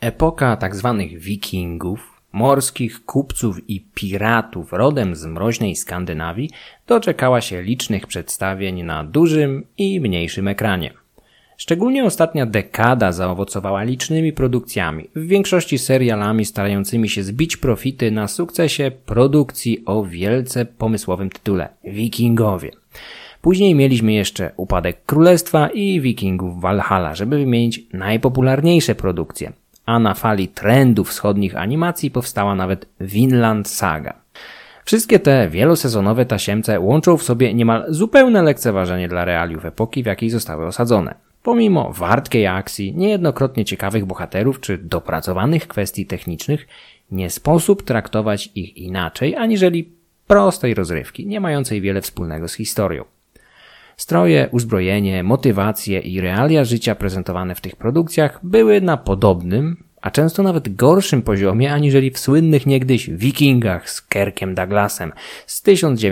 Epoka tzw. wikingów, morskich kupców i piratów rodem z mroźnej Skandynawii doczekała się licznych przedstawień na dużym i mniejszym ekranie. Szczególnie ostatnia dekada zaowocowała licznymi produkcjami, w większości serialami starającymi się zbić profity na sukcesie produkcji o wielce pomysłowym tytule Wikingowie. Później mieliśmy jeszcze Upadek Królestwa i Wikingów Valhalla, żeby wymienić najpopularniejsze produkcje. A na fali trendów wschodnich animacji powstała nawet Vinland Saga. Wszystkie te wielosezonowe tasiemce łączą w sobie niemal zupełne lekceważenie dla realiów epoki, w jakiej zostały osadzone. Pomimo wartkiej akcji, niejednokrotnie ciekawych bohaterów czy dopracowanych kwestii technicznych, nie sposób traktować ich inaczej aniżeli prostej rozrywki, nie mającej wiele wspólnego z historią. Stroje, uzbrojenie, motywacje i realia życia prezentowane w tych produkcjach były na podobnym, a często nawet gorszym poziomie aniżeli w słynnych niegdyś Wikingach z Kirkiem Douglasem z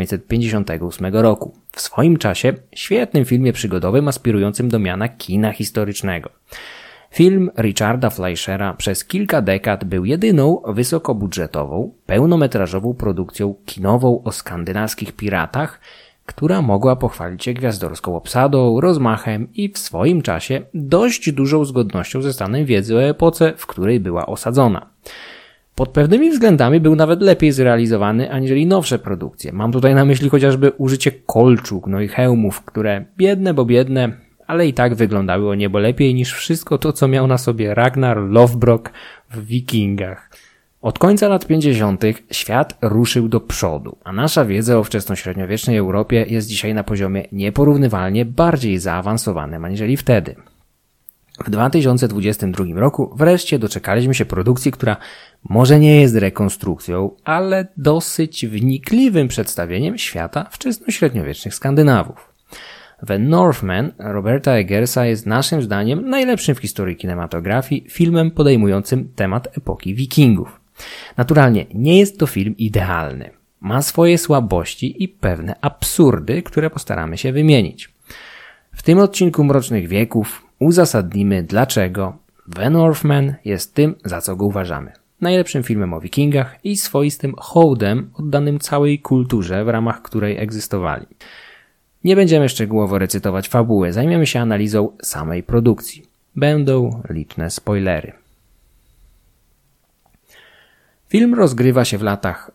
1958 roku. W swoim czasie świetnym filmie przygodowym aspirującym do miana kina historycznego. Film Richarda Fleischera przez kilka dekad był jedyną wysokobudżetową, pełnometrażową produkcją kinową o skandynawskich piratach, która mogła pochwalić się gwiazdorską obsadą, rozmachem i w swoim czasie dość dużą zgodnością ze stanem wiedzy o epoce, w której była osadzona. Pod pewnymi względami był nawet lepiej zrealizowany aniżeli nowsze produkcje. Mam tutaj na myśli chociażby użycie kolczug, no i hełmów, które biedne, ale i tak wyglądały o niebo lepiej niż wszystko to, co miał na sobie Ragnar Lothbrok w Wikingach. Od końca lat 50. świat ruszył do przodu, a nasza wiedza o wczesnośredniowiecznej Europie jest dzisiaj na poziomie nieporównywalnie bardziej zaawansowanym aniżeli wtedy. W 2022 roku wreszcie doczekaliśmy się produkcji, która może nie jest rekonstrukcją, ale dosyć wnikliwym przedstawieniem świata wczesnośredniowiecznych Skandynawów. The Northman Roberta Eggersa jest naszym zdaniem najlepszym w historii kinematografii filmem podejmującym temat epoki Wikingów. Naturalnie nie jest to film idealny. Ma swoje słabości i pewne absurdy, które postaramy się wymienić. W tym odcinku Mrocznych Wieków uzasadnimy, dlaczego The Northman jest tym, za co go uważamy. Najlepszym filmem o Wikingach i swoistym hołdem oddanym całej kulturze, w ramach której egzystowali. Nie będziemy szczegółowo recytować fabuły, zajmiemy się analizą samej produkcji. Będą liczne spoilery. Film rozgrywa się w latach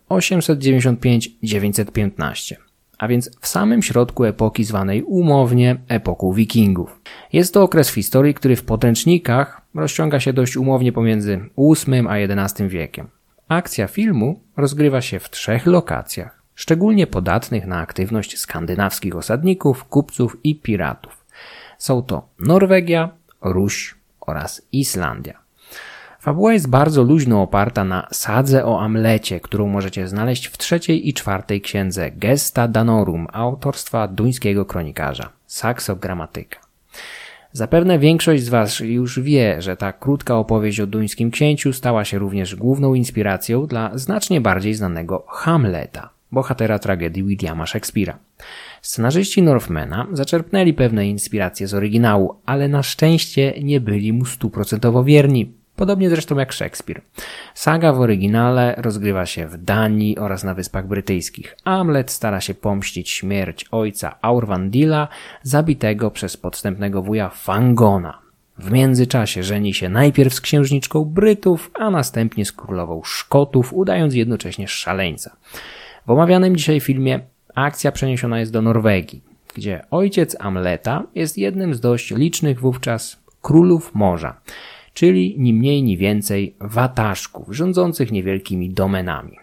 895-915, a więc w samym środku epoki zwanej umownie epoką Wikingów. Jest to okres w historii, który w podręcznikach rozciąga się dość umownie pomiędzy VIII a XI wiekiem. Akcja filmu rozgrywa się w 3 lokacjach, szczególnie podatnych na aktywność skandynawskich osadników, kupców i piratów. Są to Norwegia, Ruś oraz Islandia. Fabuła jest bardzo luźno oparta na sadze o Amlecie, którą możecie znaleźć w 3. i 4. księdze Gesta Danorum autorstwa duńskiego kronikarza Saxo Grammatyka. Zapewne większość z Was już wie, że ta krótka opowieść o duńskim księciu stała się również główną inspiracją dla znacznie bardziej znanego Hamleta, bohatera tragedii Williama Shakespeare'a. Scenarzyści Northmana zaczerpnęli pewne inspiracje z oryginału, ale na szczęście nie byli mu 100% wierni. Podobnie zresztą jak Szekspir. Saga w oryginale rozgrywa się w Danii oraz na Wyspach Brytyjskich. Hamlet stara się pomścić śmierć ojca Aurvandila, zabitego przez podstępnego wuja Fangona. W międzyczasie żeni się najpierw z księżniczką Brytów, a następnie z królową Szkotów, udając jednocześnie szaleńca. W omawianym dzisiaj filmie akcja przeniesiona jest do Norwegii, gdzie ojciec Hamleta jest jednym z dość licznych wówczas królów morza, czyli ni mniej ni więcej wataszków rządzących niewielkimi domenami.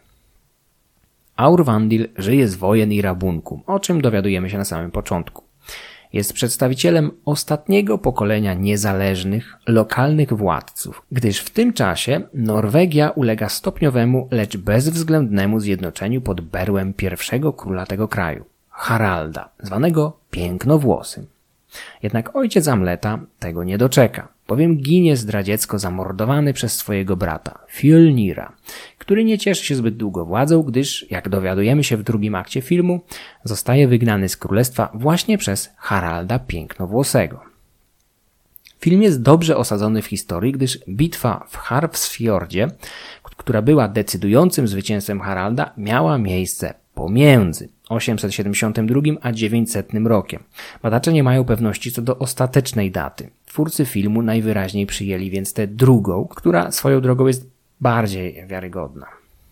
Aurvandil żyje z wojen i rabunku, o czym dowiadujemy się na samym początku. Jest przedstawicielem ostatniego pokolenia niezależnych, lokalnych władców, gdyż w tym czasie Norwegia ulega stopniowemu, lecz bezwzględnemu zjednoczeniu pod berłem pierwszego króla tego kraju, Haralda, zwanego Pięknowłosym. Jednak ojciec Hamleta tego nie doczeka, bowiem ginie zdradziecko zamordowany przez swojego brata, Fjölnira, który nie cieszy się zbyt długo władzą, gdyż, jak dowiadujemy się w 2. akcie filmu, zostaje wygnany z królestwa właśnie przez Haralda Pięknowłosego. Film jest dobrze osadzony w historii, gdyż bitwa w Harpsfjordzie, która była decydującym zwycięstwem Haralda, miała miejsce pomiędzy 872 a 900 rokiem. Badacze nie mają pewności co do ostatecznej daty. Twórcy filmu najwyraźniej przyjęli więc tę drugą, która swoją drogą jest bardziej wiarygodna.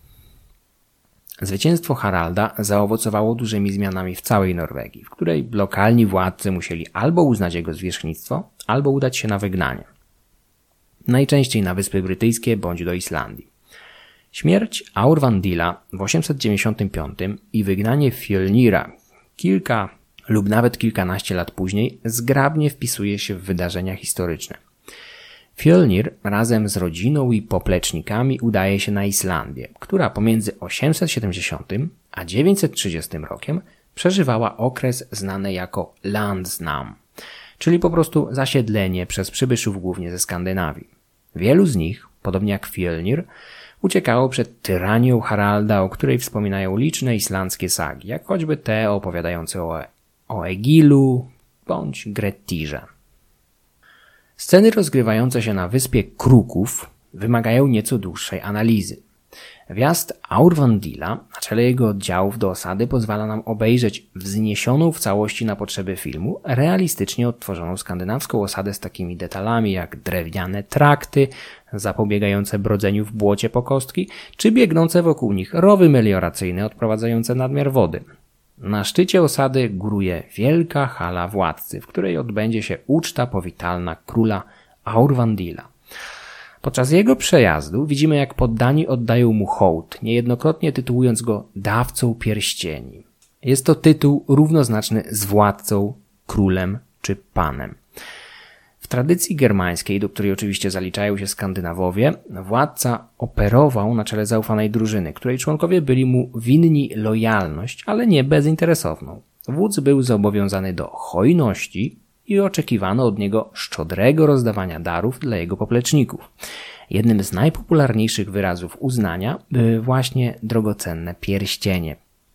Zwycięstwo Haralda zaowocowało dużymi zmianami w całej Norwegii, w której lokalni władcy musieli albo uznać jego zwierzchnictwo, albo udać się na wygnanie. Najczęściej na Wyspy Brytyjskie bądź do Islandii. Śmierć Aurvandila w 895 i wygnanie Fjölnira kilka lub nawet kilkanaście lat później zgrabnie wpisuje się w wydarzenia historyczne. Fjölnir razem z rodziną i poplecznikami udaje się na Islandię, która pomiędzy 870 a 930 rokiem przeżywała okres znany jako Landsnam, czyli po prostu zasiedlenie przez przybyszów głównie ze Skandynawii. Wielu z nich, podobnie jak Fjölnir, uciekało przed tyranią Haralda, o której wspominają liczne islandzkie sagi, jak choćby te opowiadające o Egilu bądź Grettirze. Sceny rozgrywające się na wyspie Kruków wymagają nieco dłuższej analizy. Wjazd Aurvandila na czele jego oddziałów do osady pozwala nam obejrzeć wzniesioną w całości na potrzeby filmu, realistycznie odtworzoną skandynawską osadę z takimi detalami jak drewniane trakty zapobiegające brodzeniu w błocie po kostki, czy biegnące wokół nich rowy melioracyjne odprowadzające nadmiar wody. Na szczycie osady góruje wielka hala władcy, w której odbędzie się uczta powitalna króla Aurvandila. Podczas jego przejazdu widzimy, jak poddani oddają mu hołd, niejednokrotnie tytułując go dawcą pierścieni. Jest to tytuł równoznaczny z władcą, królem czy panem. W tradycji germańskiej, do której oczywiście zaliczają się Skandynawowie, władca operował na czele zaufanej drużyny, której członkowie byli mu winni lojalność, ale nie bezinteresowną. Wódz był zobowiązany do hojności i oczekiwano od niego szczodrego rozdawania darów dla jego popleczników. Jednym z najpopularniejszych wyrazów uznania były właśnie drogocenne pierścienie.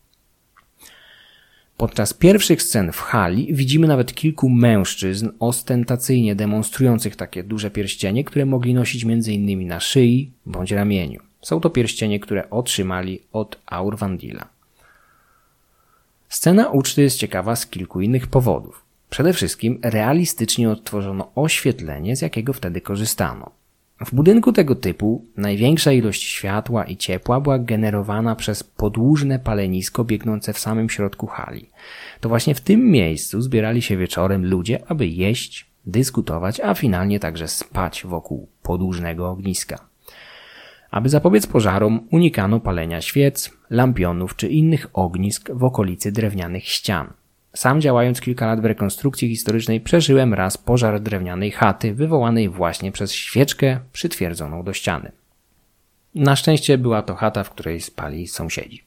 Podczas pierwszych scen w hali widzimy nawet kilku mężczyzn ostentacyjnie demonstrujących takie duże pierścienie, które mogli nosić m.in. na szyi bądź ramieniu. Są to pierścienie, które otrzymali od Aurvandila. Scena uczty jest ciekawa z kilku innych powodów. Przede wszystkim realistycznie odtworzono oświetlenie, z jakiego wtedy korzystano. W budynku tego typu największa ilość światła i ciepła była generowana przez podłużne palenisko biegnące w samym środku hali. To właśnie w tym miejscu zbierali się wieczorem ludzie, aby jeść, dyskutować, a finalnie także spać wokół podłużnego ogniska. Aby zapobiec pożarom, unikano palenia świec, lampionów czy innych ognisk w okolicy drewnianych ścian. Sam działając kilka lat w rekonstrukcji historycznej przeżyłem raz pożar drewnianej chaty wywołanej właśnie przez świeczkę przytwierdzoną do ściany. Na szczęście była to chata, w której spali sąsiedzi.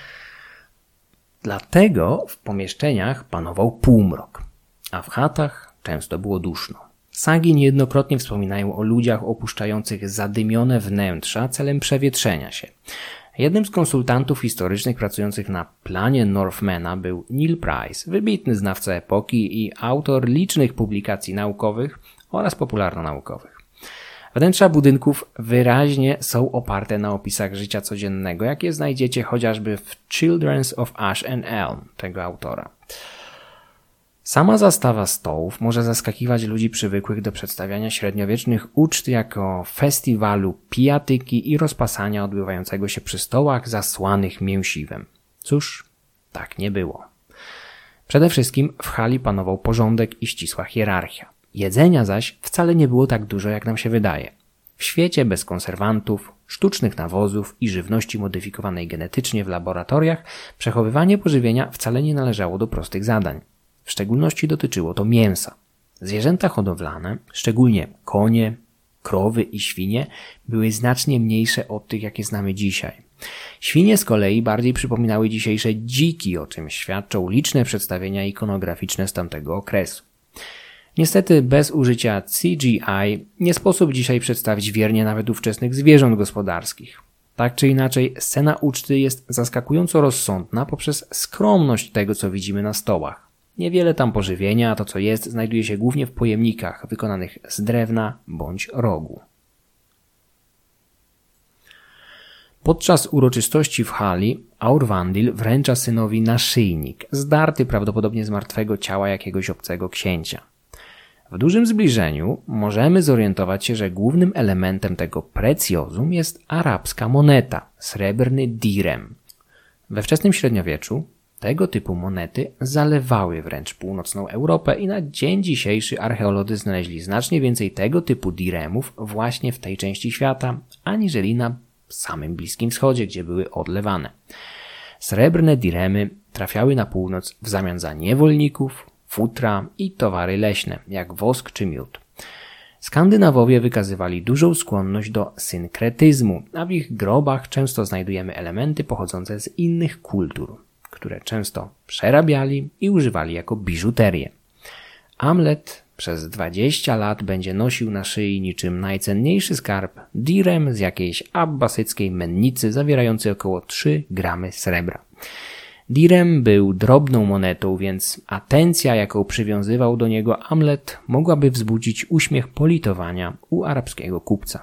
Dlatego w pomieszczeniach panował półmrok, a w chatach często było duszno. Sagi niejednokrotnie wspominają o ludziach opuszczających zadymione wnętrza celem przewietrzenia się. Jednym z konsultantów historycznych pracujących na planie Northmana był Neil Price, wybitny znawca epoki i autor licznych publikacji naukowych oraz popularnonaukowych. Wnętrza budynków wyraźnie są oparte na opisach życia codziennego, jakie znajdziecie chociażby w Children's of Ash and Elm tego autora. Sama zastawa stołów może zaskakiwać ludzi przywykłych do przedstawiania średniowiecznych uczt jako festiwalu pijatyki i rozpasania odbywającego się przy stołach zasłanych mięsiwem. Cóż, tak nie było. Przede wszystkim w hali panował porządek i ścisła hierarchia. Jedzenia zaś wcale nie było tak dużo, jak nam się wydaje. W świecie bez konserwantów, sztucznych nawozów i żywności modyfikowanej genetycznie w laboratoriach przechowywanie pożywienia wcale nie należało do prostych zadań. W szczególności dotyczyło to mięsa. Zwierzęta hodowlane, szczególnie konie, krowy i świnie, były znacznie mniejsze od tych, jakie znamy dzisiaj. Świnie z kolei bardziej przypominały dzisiejsze dziki, o czym świadczą liczne przedstawienia ikonograficzne z tamtego okresu. Niestety bez użycia CGI nie sposób dzisiaj przedstawić wiernie nawet ówczesnych zwierząt gospodarskich. Tak czy inaczej, scena uczty jest zaskakująco rozsądna poprzez skromność tego, co widzimy na stołach. Niewiele tam pożywienia, a to co jest znajduje się głównie w pojemnikach wykonanych z drewna bądź rogu. Podczas uroczystości w Hali Aurvandil wręcza synowi naszyjnik, zdarty prawdopodobnie z martwego ciała jakiegoś obcego księcia. W dużym zbliżeniu możemy zorientować się, że głównym elementem tego precjozum jest arabska moneta, srebrny direm. We wczesnym średniowieczu tego typu monety zalewały wręcz północną Europę i na dzień dzisiejszy archeolodzy znaleźli znacznie więcej tego typu diremów właśnie w tej części świata, aniżeli na samym Bliskim Wschodzie, gdzie były odlewane. Srebrne diremy trafiały na północ w zamian za niewolników, futra i towary leśne, jak wosk czy miód. Skandynawowie wykazywali dużą skłonność do synkretyzmu, a w ich grobach często znajdujemy elementy pochodzące z innych kultur, które często przerabiali i używali jako biżuterię. Amlet przez 20 lat będzie nosił na szyi niczym najcenniejszy skarb direm z jakiejś abbasyckiej mennicy zawierający około 3 gramy srebra. Direm był drobną monetą, więc atencja, jaką przywiązywał do niego Amlet, mogłaby wzbudzić uśmiech politowania u arabskiego kupca.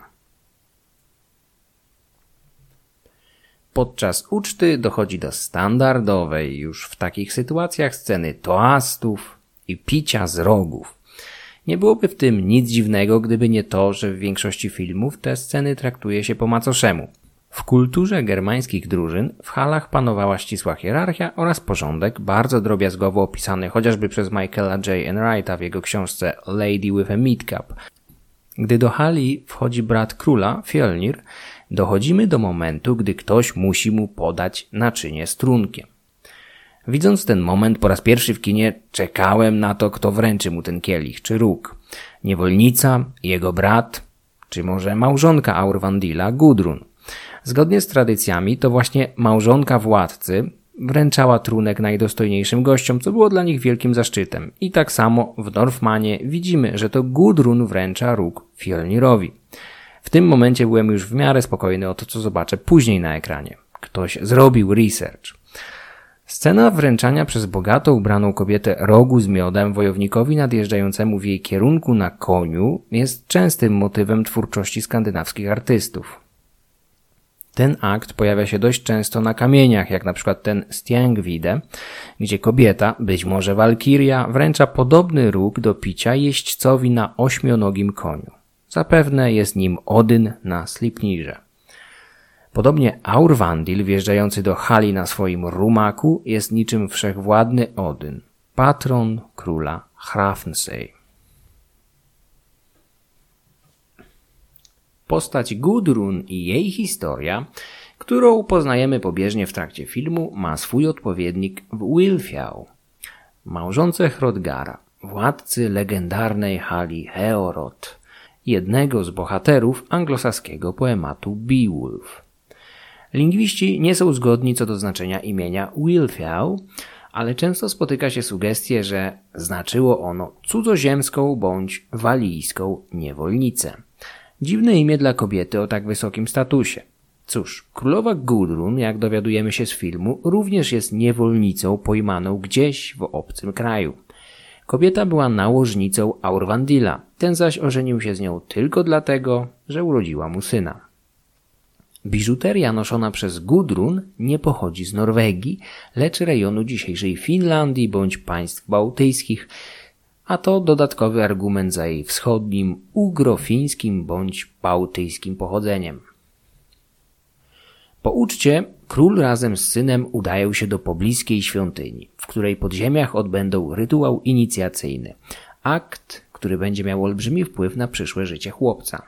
Podczas uczty dochodzi do standardowej już w takich sytuacjach sceny toastów i picia z rogów. Nie byłoby w tym nic dziwnego, gdyby nie to, że w większości filmów te sceny traktuje się po macoszemu. W kulturze germańskich drużyn w halach panowała ścisła hierarchia oraz porządek, bardzo drobiazgowo opisany chociażby przez Michaela J. Enrighta w jego książce Lady with a Meat Cup. Gdy do hali wchodzi brat króla, Fjölnir, dochodzimy do momentu, gdy ktoś musi mu podać naczynie z trunkiem. Widząc ten moment po raz pierwszy w kinie, czekałem na to, kto wręczy mu ten kielich czy róg. Niewolnica, jego brat, czy może małżonka Aurvandila, Gudrun. Zgodnie z tradycjami to właśnie małżonka władcy wręczała trunek najdostojniejszym gościom, co było dla nich wielkim zaszczytem. I tak samo w Northmanie widzimy, że to Gudrun wręcza róg Fjölnirowi. W tym momencie byłem już w miarę spokojny o to, co zobaczę później na ekranie. Ktoś zrobił research. Scena wręczania przez bogato ubraną kobietę rogu z miodem wojownikowi nadjeżdżającemu w jej kierunku na koniu jest częstym motywem twórczości skandynawskich artystów. Ten akt pojawia się dość często na kamieniach, jak na przykład ten Stjangvide, gdzie kobieta, być może walkiria, wręcza podobny róg do picia jeźdźcowi na 8-nogim koniu. Zapewne jest nim Odyn na Sleipnirze. Podobnie Aurvandil, wjeżdżający do hali na swoim rumaku, jest niczym wszechwładny Odyn, patron króla Hrafnsey. Postać Gudrun i jej historia, którą poznajemy pobieżnie w trakcie filmu, ma swój odpowiednik w Wilfjał, małżonce Hrothgara, władcy legendarnej hali Heorot, jednego z bohaterów anglosaskiego poematu Beowulf. Lingwiści nie są zgodni co do znaczenia imienia Wilfjał, ale często spotyka się sugestie, że znaczyło ono cudzoziemską bądź walijską niewolnicę. Dziwne imię dla kobiety o tak wysokim statusie. Cóż, królowa Gudrun, jak dowiadujemy się z filmu, również jest niewolnicą pojmaną gdzieś w obcym kraju. Kobieta była nałożnicą Aurvandila, ten zaś ożenił się z nią tylko dlatego, że urodziła mu syna. Biżuteria noszona przez Gudrun nie pochodzi z Norwegii, lecz rejonu dzisiejszej Finlandii bądź państw bałtyckich, a to dodatkowy argument za jej wschodnim, ugrofińskim bądź bałtyckim pochodzeniem. Po uczcie król razem z synem udają się do pobliskiej świątyni, w której podziemiach odbędą rytuał inicjacyjny. Akt, który będzie miał olbrzymi wpływ na przyszłe życie chłopca.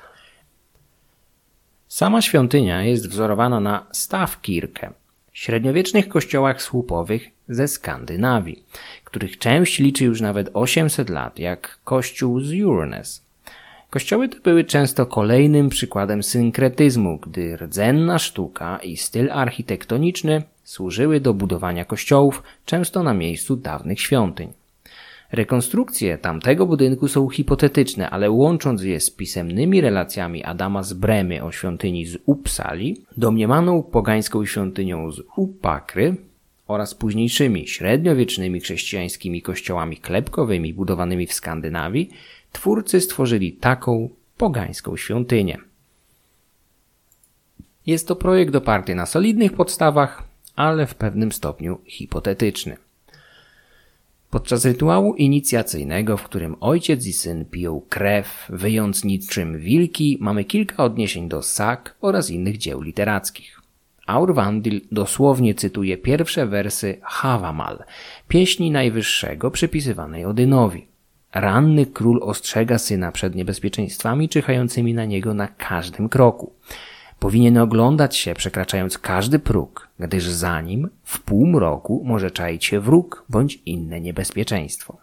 Sama świątynia jest wzorowana na Stavkirke, średniowiecznych kościołach słupowych ze Skandynawii, których część liczy już nawet 800 lat, jak kościół z Uranus. Kościoły te były często kolejnym przykładem synkretyzmu, gdy rdzenna sztuka i styl architektoniczny służyły do budowania kościołów, często na miejscu dawnych świątyń. Rekonstrukcje tamtego budynku są hipotetyczne, ale łącząc je z pisemnymi relacjami Adama z Bremy o świątyni z Uppsali, domniemaną pogańską świątynią z Upakry oraz późniejszymi średniowiecznymi chrześcijańskimi kościołami klepkowymi budowanymi w Skandynawii, twórcy stworzyli taką pogańską świątynię. Jest to projekt oparty na solidnych podstawach, ale w pewnym stopniu hipotetyczny. Podczas rytuału inicjacyjnego, w którym ojciec i syn piją krew, wyjąc niczym wilki, mamy kilka odniesień do sag oraz innych dzieł literackich. Aurvandil dosłownie cytuje pierwsze wersy Havamal, pieśni najwyższego przypisywanej Odynowi. Ranny król ostrzega syna przed niebezpieczeństwami czyhającymi na niego na każdym kroku. Powinien oglądać się, przekraczając każdy próg, gdyż za nim w półmroku może czaić się wróg bądź inne niebezpieczeństwo.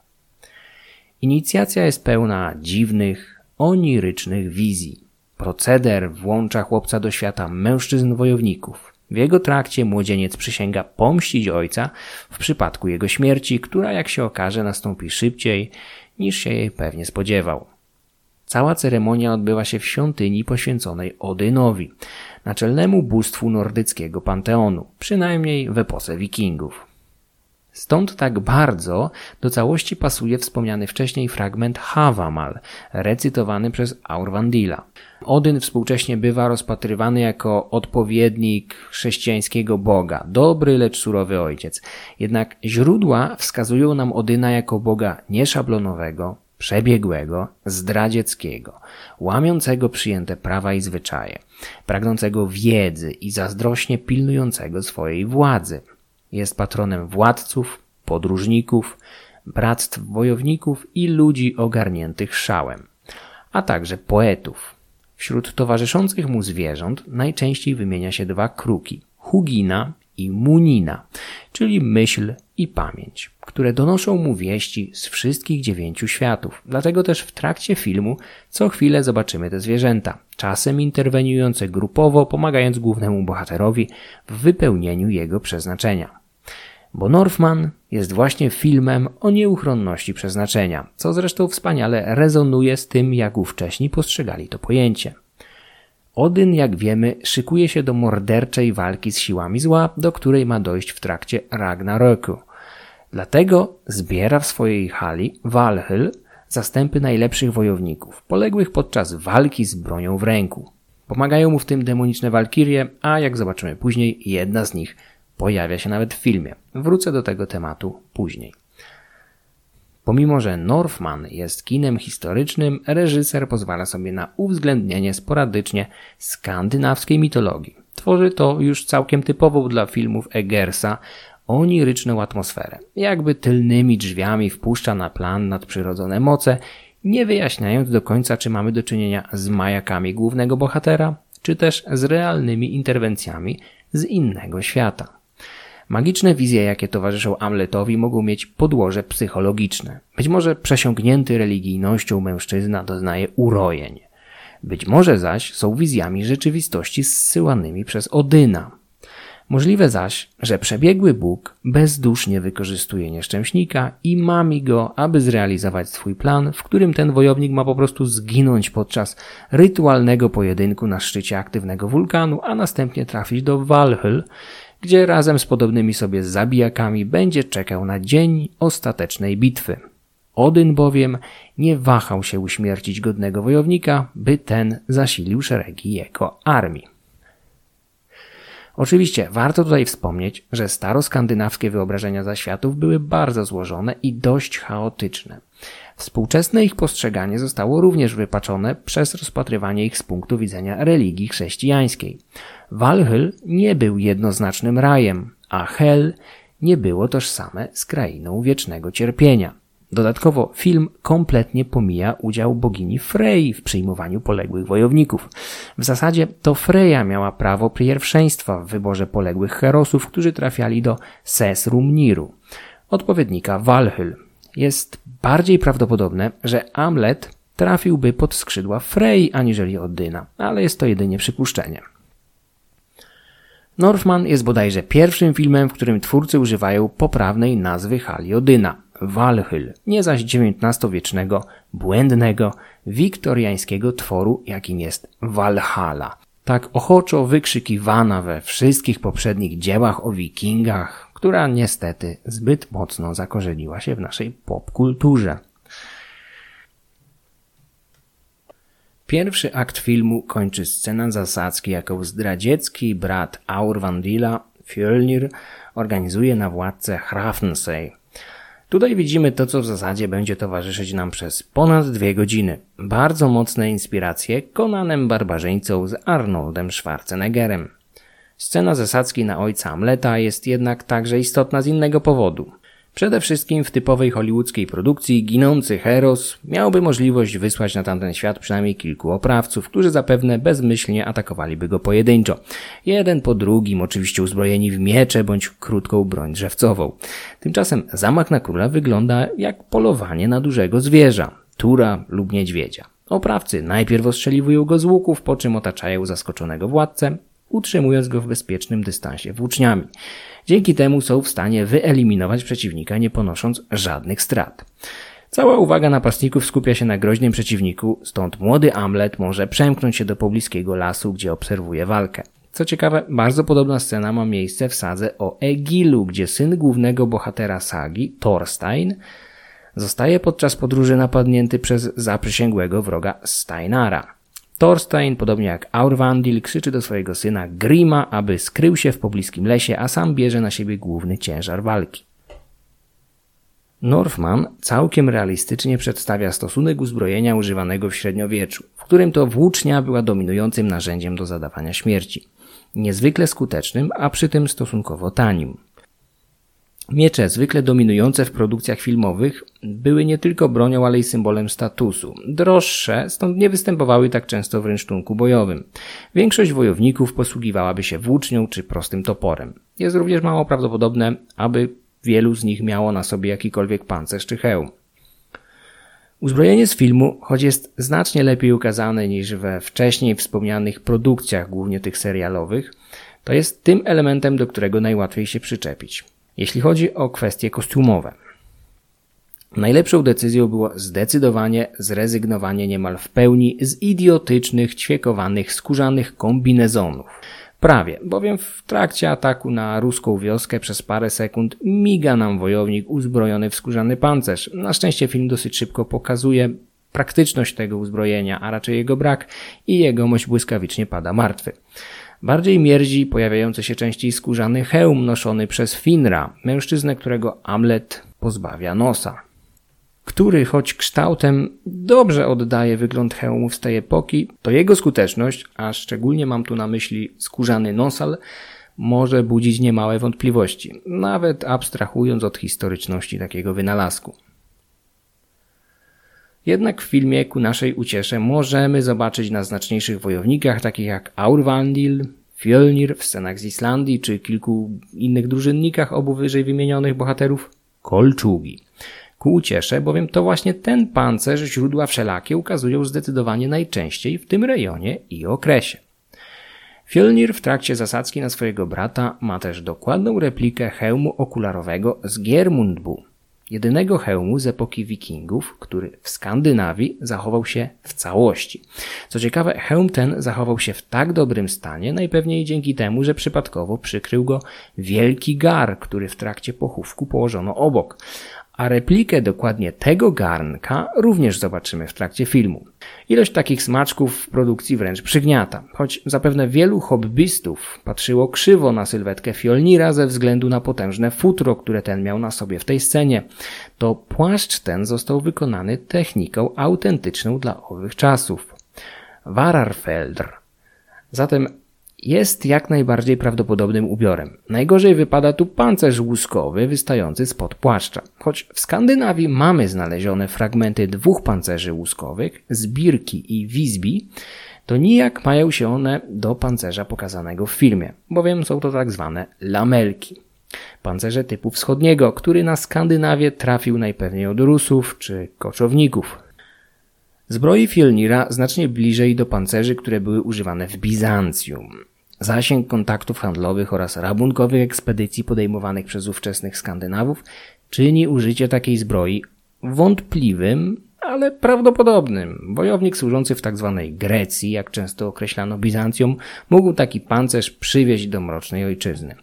Inicjacja jest pełna dziwnych, onirycznych wizji. Proceder włącza chłopca do świata mężczyzn wojowników. W jego trakcie młodzieniec przysięga pomścić ojca w przypadku jego śmierci, która, jak się okaże, nastąpi szybciej niż się jej pewnie spodziewał. Cała ceremonia odbywa się w świątyni poświęconej Odynowi, naczelnemu bóstwu nordyckiego panteonu, przynajmniej w epoce wikingów. Stąd tak bardzo do całości pasuje wspomniany wcześniej fragment Havamal, recytowany przez Aurvandila. Odyn współcześnie bywa rozpatrywany jako odpowiednik chrześcijańskiego Boga, dobry, lecz surowy ojciec. Jednak źródła wskazują nam Odyna jako Boga nieszablonowego, przebiegłego, zdradzieckiego, łamiącego przyjęte prawa i zwyczaje, pragnącego wiedzy i zazdrośnie pilnującego swojej władzy. Jest patronem władców, podróżników, bractw wojowników i ludzi ogarniętych szałem, a także poetów. Wśród towarzyszących mu zwierząt najczęściej wymienia się dwa kruki, Hugina i Munina, czyli myśl i pamięć, które donoszą mu wieści z wszystkich 9 światów. Dlatego też w trakcie filmu co chwilę zobaczymy te zwierzęta, czasem interweniujące grupowo, pomagając głównemu bohaterowi w wypełnieniu jego przeznaczenia. Bo Northman jest właśnie filmem o nieuchronności przeznaczenia, co zresztą wspaniale rezonuje z tym, jak ówcześni postrzegali to pojęcie. Odyn, jak wiemy, szykuje się do morderczej walki z siłami zła, do której ma dojść w trakcie Ragnaroku. Dlatego zbiera w swojej hali Valhall zastępy najlepszych wojowników, poległych podczas walki z bronią w ręku. Pomagają mu w tym demoniczne walkirie, a jak zobaczymy później, jedna z nich pojawia się nawet w filmie. Wrócę do tego tematu później. Pomimo że Northman jest kinem historycznym, reżyser pozwala sobie na uwzględnienie sporadycznie skandynawskiej mitologii. Tworzy to już całkiem typową dla filmów Eggersa oniryczną atmosferę. Jakby tylnymi drzwiami wpuszcza na plan nadprzyrodzone moce, nie wyjaśniając do końca, czy mamy do czynienia z majakami głównego bohatera, czy też z realnymi interwencjami z innego świata. Magiczne wizje, jakie towarzyszą Amletowi, mogą mieć podłoże psychologiczne. Być może przesiąknięty religijnością mężczyzna doznaje urojeń. Być może zaś są wizjami rzeczywistości zsyłanymi przez Odyna. Możliwe zaś, że przebiegły Bóg bezdusznie wykorzystuje nieszczęśnika i mami go, aby zrealizować swój plan, w którym ten wojownik ma po prostu zginąć podczas rytualnego pojedynku na szczycie aktywnego wulkanu, a następnie trafić do Valhall, gdzie razem z podobnymi sobie zabijakami będzie czekał na dzień ostatecznej bitwy. Odyn bowiem nie wahał się uśmiercić godnego wojownika, by ten zasilił szeregi jego armii. Oczywiście warto tutaj wspomnieć, że staroskandynawskie wyobrażenia zaświatów były bardzo złożone i dość chaotyczne. Współczesne ich postrzeganie zostało również wypaczone przez rozpatrywanie ich z punktu widzenia religii chrześcijańskiej. Valhall nie był jednoznacznym rajem, a Hel nie było tożsame z krainą wiecznego cierpienia. Dodatkowo film kompletnie pomija udział bogini Frey w przyjmowaniu poległych wojowników. W zasadzie to Freja miała prawo pierwszeństwa w wyborze poległych herosów, którzy trafiali do Sesrumniru, odpowiednika Valhall. Jest bardziej prawdopodobne, że Amlet trafiłby pod skrzydła Frey aniżeli Odyna, ale jest to jedynie przypuszczenie. Northman jest bodajże pierwszym filmem, w którym twórcy używają poprawnej nazwy hali Odyna, Valhall, nie zaś XIX-wiecznego, błędnego, wiktoriańskiego tworu, jakim jest Valhalla. Tak ochoczo wykrzykiwana we wszystkich poprzednich dziełach o wikingach, która niestety zbyt mocno zakorzeniła się w naszej popkulturze. Pierwszy akt filmu kończy scena zasadzki, jaką zdradziecki brat Aurvandila, Fjölnir, organizuje na władcę Hrafnsey. Tutaj widzimy to, co w zasadzie będzie towarzyszyć nam przez ponad 2 godziny. Bardzo mocne inspiracje Conanem Barbarzyńcą z Arnoldem Schwarzeneggerem. Scena zasadzki na ojca Hamleta jest jednak także istotna z innego powodu. Przede wszystkim w typowej hollywoodzkiej produkcji ginący Heros miałby możliwość wysłać na tamten świat przynajmniej kilku oprawców, którzy zapewne bezmyślnie atakowaliby go pojedynczo. Jeden po drugim, oczywiście uzbrojeni w miecze bądź krótką broń drzewcową. Tymczasem zamach na króla wygląda jak polowanie na dużego zwierza, tura lub niedźwiedzia. Oprawcy najpierw ostrzeliwują go z łuków, po czym otaczają zaskoczonego władcę, utrzymując go w bezpiecznym dystansie włóczniami. Dzięki temu są w stanie wyeliminować przeciwnika, nie ponosząc żadnych strat. Cała uwaga napastników skupia się na groźnym przeciwniku, stąd młody Hamlet może przemknąć się do pobliskiego lasu, gdzie obserwuje walkę. Co ciekawe, bardzo podobna scena ma miejsce w sadze o Egilu, gdzie syn głównego bohatera sagi, Thorstein, zostaje podczas podróży napadnięty przez zaprzysięgłego wroga Steinara. Thorstein, podobnie jak Aurvandil, krzyczy do swojego syna Grima, aby skrył się w pobliskim lesie, a sam bierze na siebie główny ciężar walki. Northman całkiem realistycznie przedstawia stosunek uzbrojenia używanego w średniowieczu, w którym to włócznia była dominującym narzędziem do zadawania śmierci. Niezwykle skutecznym, a przy tym stosunkowo tanim. Miecze, zwykle dominujące w produkcjach filmowych, były nie tylko bronią, ale i symbolem statusu. Droższe, stąd nie występowały tak często w rynsztunku bojowym. Większość wojowników posługiwałaby się włócznią czy prostym toporem. Jest również mało prawdopodobne, aby wielu z nich miało na sobie jakikolwiek pancerz czy hełm. Uzbrojenie z filmu, choć jest znacznie lepiej ukazane niż we wcześniej wspomnianych produkcjach, głównie tych serialowych, to jest tym elementem, do którego najłatwiej się przyczepić. Jeśli chodzi o kwestie kostiumowe, najlepszą decyzją było zdecydowanie zrezygnowanie niemal w pełni z idiotycznych, ćwiekowanych, skórzanych kombinezonów. Prawie, bowiem w trakcie ataku na ruską wioskę przez parę sekund miga nam wojownik uzbrojony w skórzany pancerz. Na szczęście film dosyć szybko pokazuje praktyczność tego uzbrojenia, a raczej jego brak i jegomość błyskawicznie pada martwy. Bardziej mierzi pojawiający się częściej skórzany hełm noszony przez Finra, mężczyznę, którego Hamlet pozbawia nosa. Który, choć kształtem dobrze oddaje wygląd hełmów z tej epoki, to jego skuteczność, a szczególnie mam tu na myśli skórzany nosal, może budzić niemałe wątpliwości, nawet abstrahując od historyczności takiego wynalazku. Jednak w filmie ku naszej uciesze możemy zobaczyć na znaczniejszych wojownikach, takich jak Aurvandil, Fjölnir w scenach z Islandii, czy kilku innych drużynnikach obu wyżej wymienionych bohaterów, kolczugi. Ku uciesze, bowiem to właśnie ten pancerz źródła wszelakie ukazują zdecydowanie najczęściej w tym rejonie i okresie. Fjölnir w trakcie zasadzki na swojego brata ma też dokładną replikę hełmu okularowego z Geirmundbu, jedynego hełmu z epoki wikingów, który w Skandynawii zachował się w całości. Co ciekawe, hełm ten zachował się w tak dobrym stanie, najpewniej dzięki temu, że przypadkowo przykrył go wielki gar, który w trakcie pochówku położono obok. A replikę dokładnie tego garnka również zobaczymy w trakcie filmu. Ilość takich smaczków w produkcji wręcz przygniata, choć zapewne wielu hobbystów patrzyło krzywo na sylwetkę Fjölnira ze względu na potężne futro, które ten miał na sobie w tej scenie. To płaszcz ten został wykonany techniką autentyczną dla owych czasów. Vararfeldr. Zatem jest jak najbardziej prawdopodobnym ubiorem. Najgorzej wypada tu pancerz łuskowy wystający spod płaszcza. Choć w Skandynawii mamy znalezione fragmenty 2 pancerzy łuskowych, z Birki i Visby, to nijak mają się one do pancerza pokazanego w filmie, bowiem są to tak zwane lamelki. Pancerze typu wschodniego, który na Skandynawię trafił najpewniej od Rusów czy koczowników. Zbroi Fjölnira znacznie bliżej do pancerzy, które były używane w Bizancjum. Zasięg kontaktów handlowych oraz rabunkowych ekspedycji podejmowanych przez ówczesnych Skandynawów czyni użycie takiej zbroi wątpliwym, ale prawdopodobnym. Wojownik służący w tzw. Grecji, jak często określano Bizancjum, mógł taki pancerz przywieźć do mrocznej ojczyzny.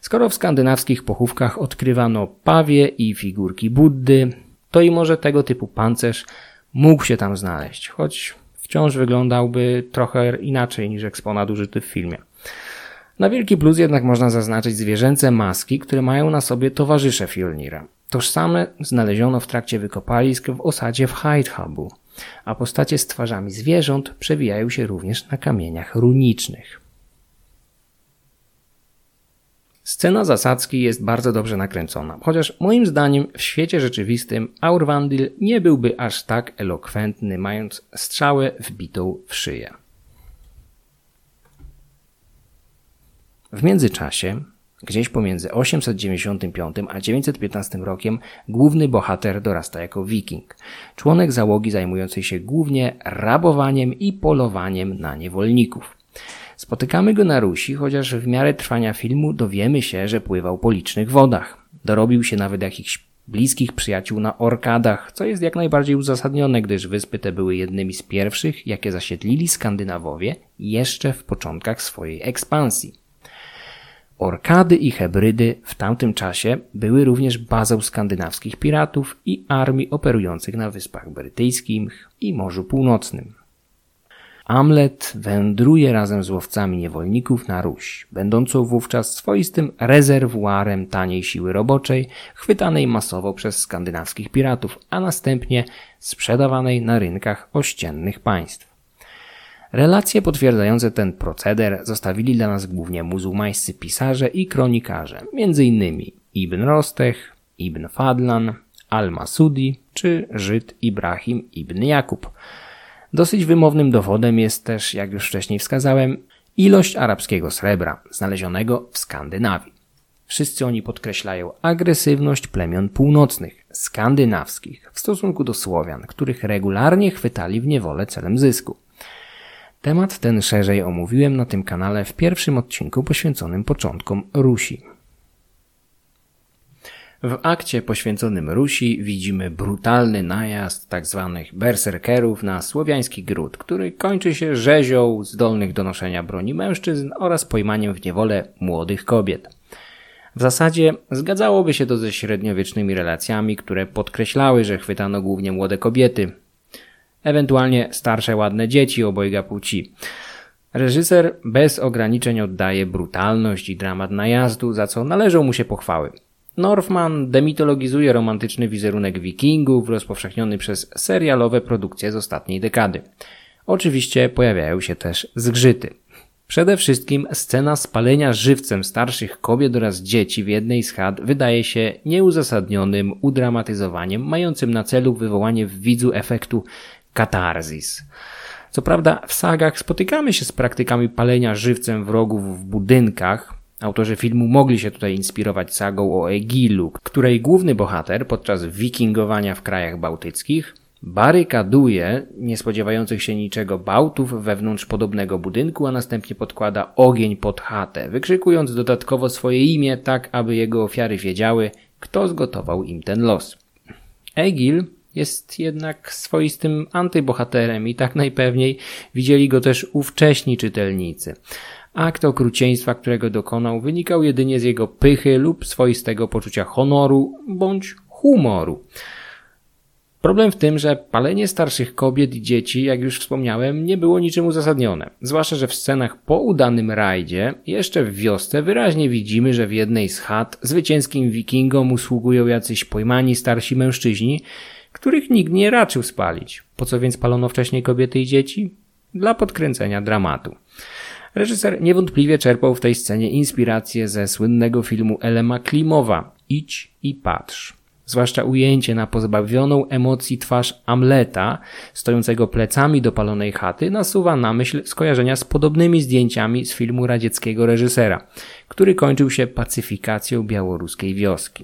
Skoro w skandynawskich pochówkach odkrywano pawie i figurki Buddy, to i może tego typu pancerz mógł się tam znaleźć, choć wciąż wyglądałby trochę inaczej niż eksponat użyty w filmie. Na wielki plus jednak można zaznaczyć zwierzęce maski, które mają na sobie towarzysze Fjolnira. Tożsame znaleziono w trakcie wykopalisk w osadzie w Heidhabu, a postacie z twarzami zwierząt przewijają się również na kamieniach runicznych. Scena zasadzki jest bardzo dobrze nakręcona, chociaż moim zdaniem w świecie rzeczywistym Aurvandil nie byłby aż tak elokwentny, mając strzałę wbitą w szyję. W międzyczasie, gdzieś pomiędzy 895 a 915 rokiem, główny bohater dorasta jako wiking, członek załogi zajmującej się głównie rabowaniem i polowaniem na niewolników. Spotykamy go na Rusi, chociaż w miarę trwania filmu dowiemy się, że pływał po licznych wodach. Dorobił się nawet jakichś bliskich przyjaciół na Orkadach, co jest jak najbardziej uzasadnione, gdyż wyspy te były jednymi z pierwszych, jakie zasiedlili Skandynawowie jeszcze w początkach swojej ekspansji. Orkady i Hebrydy w tamtym czasie były również bazą skandynawskich piratów i armii operujących na Wyspach Brytyjskich i Morzu Północnym. Amlet wędruje razem z łowcami niewolników na Ruś, będącą wówczas swoistym rezerwuarem taniej siły roboczej, chwytanej masowo przez skandynawskich piratów, a następnie sprzedawanej na rynkach ościennych państw. Relacje potwierdzające ten proceder zostawili dla nas głównie muzułmańscy pisarze i kronikarze, m.in. Ibn Rostech, Ibn Fadlan, Al-Masudi czy Żyd Ibrahim ibn Jakub. Dosyć wymownym dowodem jest też, jak już wcześniej wskazałem, ilość arabskiego srebra znalezionego w Skandynawii. Wszyscy oni podkreślają agresywność plemion północnych, skandynawskich, w stosunku do Słowian, których regularnie chwytali w niewolę celem zysku. Temat ten szerzej omówiłem na tym kanale w pierwszym odcinku poświęconym początkom Rusi. W akcie poświęconym Rusi widzimy brutalny najazd tzw. berserkerów na słowiański gród, który kończy się rzezią zdolnych do noszenia broni mężczyzn oraz pojmaniem w niewolę młodych kobiet. W zasadzie zgadzałoby się to ze średniowiecznymi relacjami, które podkreślały, że chwytano głównie młode kobiety, ewentualnie starsze ładne dzieci obojga płci. Reżyser bez ograniczeń oddaje brutalność i dramat najazdu, za co należą mu się pochwały. Northman demitologizuje romantyczny wizerunek wikingów rozpowszechniony przez serialowe produkcje z ostatniej dekady. Oczywiście pojawiają się też zgrzyty. Przede wszystkim scena spalenia żywcem starszych kobiet oraz dzieci w jednej z chat wydaje się nieuzasadnionym udramatyzowaniem mającym na celu wywołanie w widzu efektu katarzis. Co prawda w sagach spotykamy się z praktykami palenia żywcem wrogów w budynkach. Autorzy filmu mogli się tutaj inspirować sagą o Egilu, której główny bohater podczas wikingowania w krajach bałtyckich barykaduje niespodziewających się niczego Bałtów wewnątrz podobnego budynku, a następnie podkłada ogień pod chatę, wykrzykując dodatkowo swoje imię tak, aby jego ofiary wiedziały, kto zgotował im ten los. Egil jest jednak swoistym antybohaterem i tak najpewniej widzieli go też ówcześni czytelnicy. Akt okrucieństwa, którego dokonał, wynikał jedynie z jego pychy lub swoistego poczucia honoru bądź humoru. Problem w tym, że palenie starszych kobiet i dzieci, jak już wspomniałem, nie było niczym uzasadnione. Zwłaszcza, że w scenach po udanym rajdzie, jeszcze w wiosce, wyraźnie widzimy, że w jednej z chat zwycięskim wikingom usługują jacyś pojmani starsi mężczyźni, których nikt nie raczył spalić. Po co więc palono wcześniej kobiety i dzieci? Dla podkręcenia dramatu. Reżyser niewątpliwie czerpał w tej scenie inspirację ze słynnego filmu Elema Klimowa Idź i patrz. Zwłaszcza ujęcie na pozbawioną emocji twarz Amleta, stojącego plecami do palonej chaty, nasuwa na myśl skojarzenia z podobnymi zdjęciami z filmu radzieckiego reżysera, który kończył się pacyfikacją białoruskiej wioski.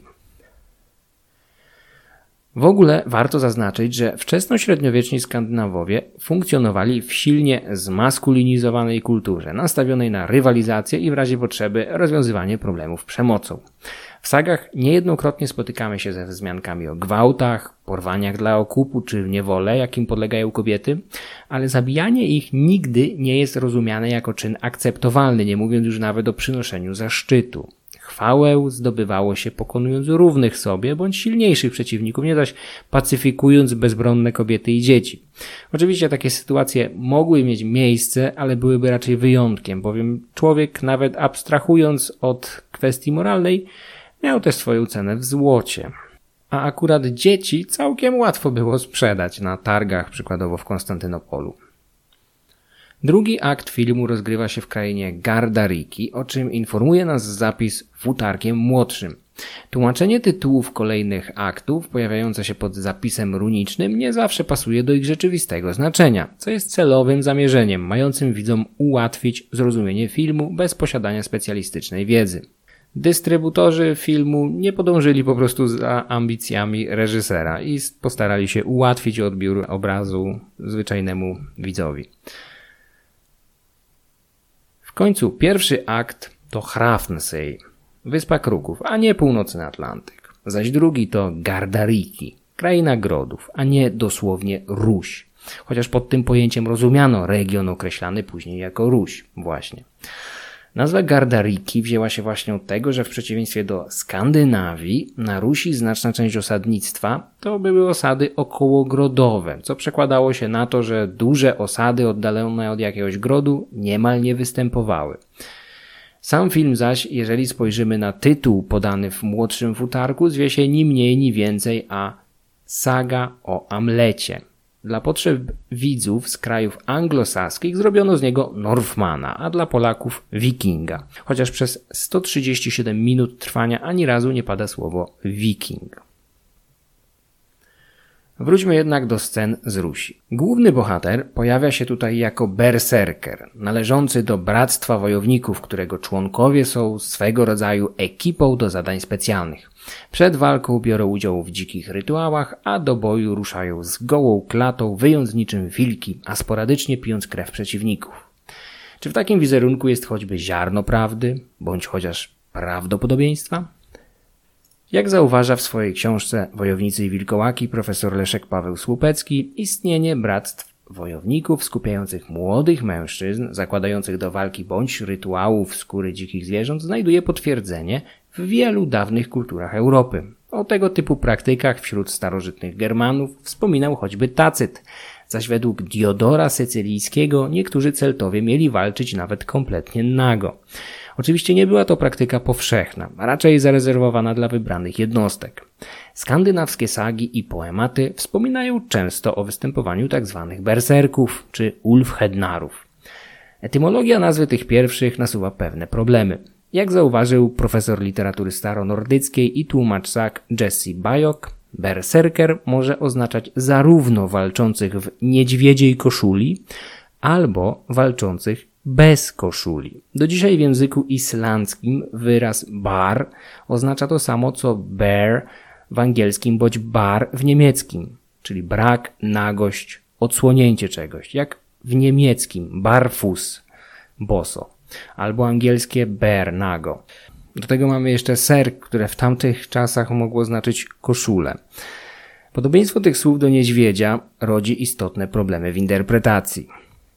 W ogóle warto zaznaczyć, że wczesnośredniowieczni Skandynawowie funkcjonowali w silnie zmaskulinizowanej kulturze, nastawionej na rywalizację i w razie potrzeby rozwiązywanie problemów przemocą. W sagach niejednokrotnie spotykamy się ze wzmiankami o gwałtach, porwaniach dla okupu czy w niewolę, jakim podlegają kobiety, ale zabijanie ich nigdy nie jest rozumiane jako czyn akceptowalny, nie mówiąc już nawet o przynoszeniu zaszczytu. chwałę zdobywało się pokonując równych sobie bądź silniejszych przeciwników, nie zaś pacyfikując bezbronne kobiety i dzieci. Oczywiście takie sytuacje mogły mieć miejsce, ale byłyby raczej wyjątkiem, bowiem człowiek, nawet abstrahując od kwestii moralnej, miał też swoją cenę w złocie. A akurat dzieci całkiem łatwo było sprzedać na targach, przykładowo w Konstantynopolu. Drugi akt filmu rozgrywa się w krainie Gardariki, o czym informuje nas zapis futarkiem młodszym. Tłumaczenie tytułów kolejnych aktów, pojawiające się pod zapisem runicznym, nie zawsze pasuje do ich rzeczywistego znaczenia, co jest celowym zamierzeniem, mającym widzom ułatwić zrozumienie filmu bez posiadania specjalistycznej wiedzy. Dystrybutorzy filmu nie podążyli po prostu za ambicjami reżysera i postarali się ułatwić odbiór obrazu zwyczajnemu widzowi. W końcu pierwszy akt to Hrafnsey, Wyspa Kruków, a nie Północny Atlantyk. Zaś drugi to Gardariki, Kraina Grodów, a nie dosłownie Ruś. Chociaż pod tym pojęciem rozumiano region określany później jako Ruś właśnie. Nazwa Gardariki wzięła się właśnie od tego, że w przeciwieństwie do Skandynawii, na Rusi znaczna część osadnictwa to były osady okołogrodowe, co przekładało się na to, że duże osady oddalone od jakiegoś grodu niemal nie występowały. Sam film zaś, jeżeli spojrzymy na tytuł podany w młodszym futarku, zwie się ni mniej ni więcej, a Saga o Amlecie. Dla potrzeb widzów z krajów anglosaskich zrobiono z niego Northmana, a dla Polaków Wikinga. Chociaż przez 137 minut trwania ani razu nie pada słowo Wiking. Wróćmy jednak do scen z Rusi. Główny bohater pojawia się tutaj jako berserker, należący do Bractwa Wojowników, którego członkowie są swego rodzaju ekipą do zadań specjalnych. Przed walką biorą udział w dzikich rytuałach, a do boju ruszają z gołą klatą, wyjąc niczym wilki, a sporadycznie pijąc krew przeciwników. Czy w takim wizerunku jest choćby ziarno prawdy, bądź chociaż prawdopodobieństwa? Jak zauważa w swojej książce Wojownicy i Wilkołaki profesor Leszek Paweł Słupecki, istnienie bractw wojowników skupiających młodych mężczyzn, zakładających do walki bądź rytuałów skóry dzikich zwierząt, znajduje potwierdzenie w wielu dawnych kulturach Europy. O tego typu praktykach wśród starożytnych Germanów wspominał choćby Tacyt, zaś według Diodora Sycylijskiego niektórzy Celtowie mieli walczyć nawet kompletnie nago. Oczywiście nie była to praktyka powszechna, a raczej zarezerwowana dla wybranych jednostek. Skandynawskie sagi i poematy wspominają często o występowaniu tzw. berserków czy ulfhednarów. Etymologia nazwy tych pierwszych nasuwa pewne problemy. Jak zauważył profesor literatury staronordyckiej i tłumacz sag Jesse Bajok, berserker może oznaczać zarówno walczących w niedźwiedziej koszuli, albo walczących bez koszuli. Do dzisiaj w języku islandzkim wyraz bar oznacza to samo co bear w angielskim bądź bar w niemieckim, czyli brak, nagość, odsłonięcie czegoś, jak w niemieckim barfuß, boso, albo angielskie bare, nago. Do tego mamy jeszcze ser, które w tamtych czasach mogło znaczyć koszulę. Podobieństwo tych słów do niedźwiedzia rodzi istotne problemy w interpretacji.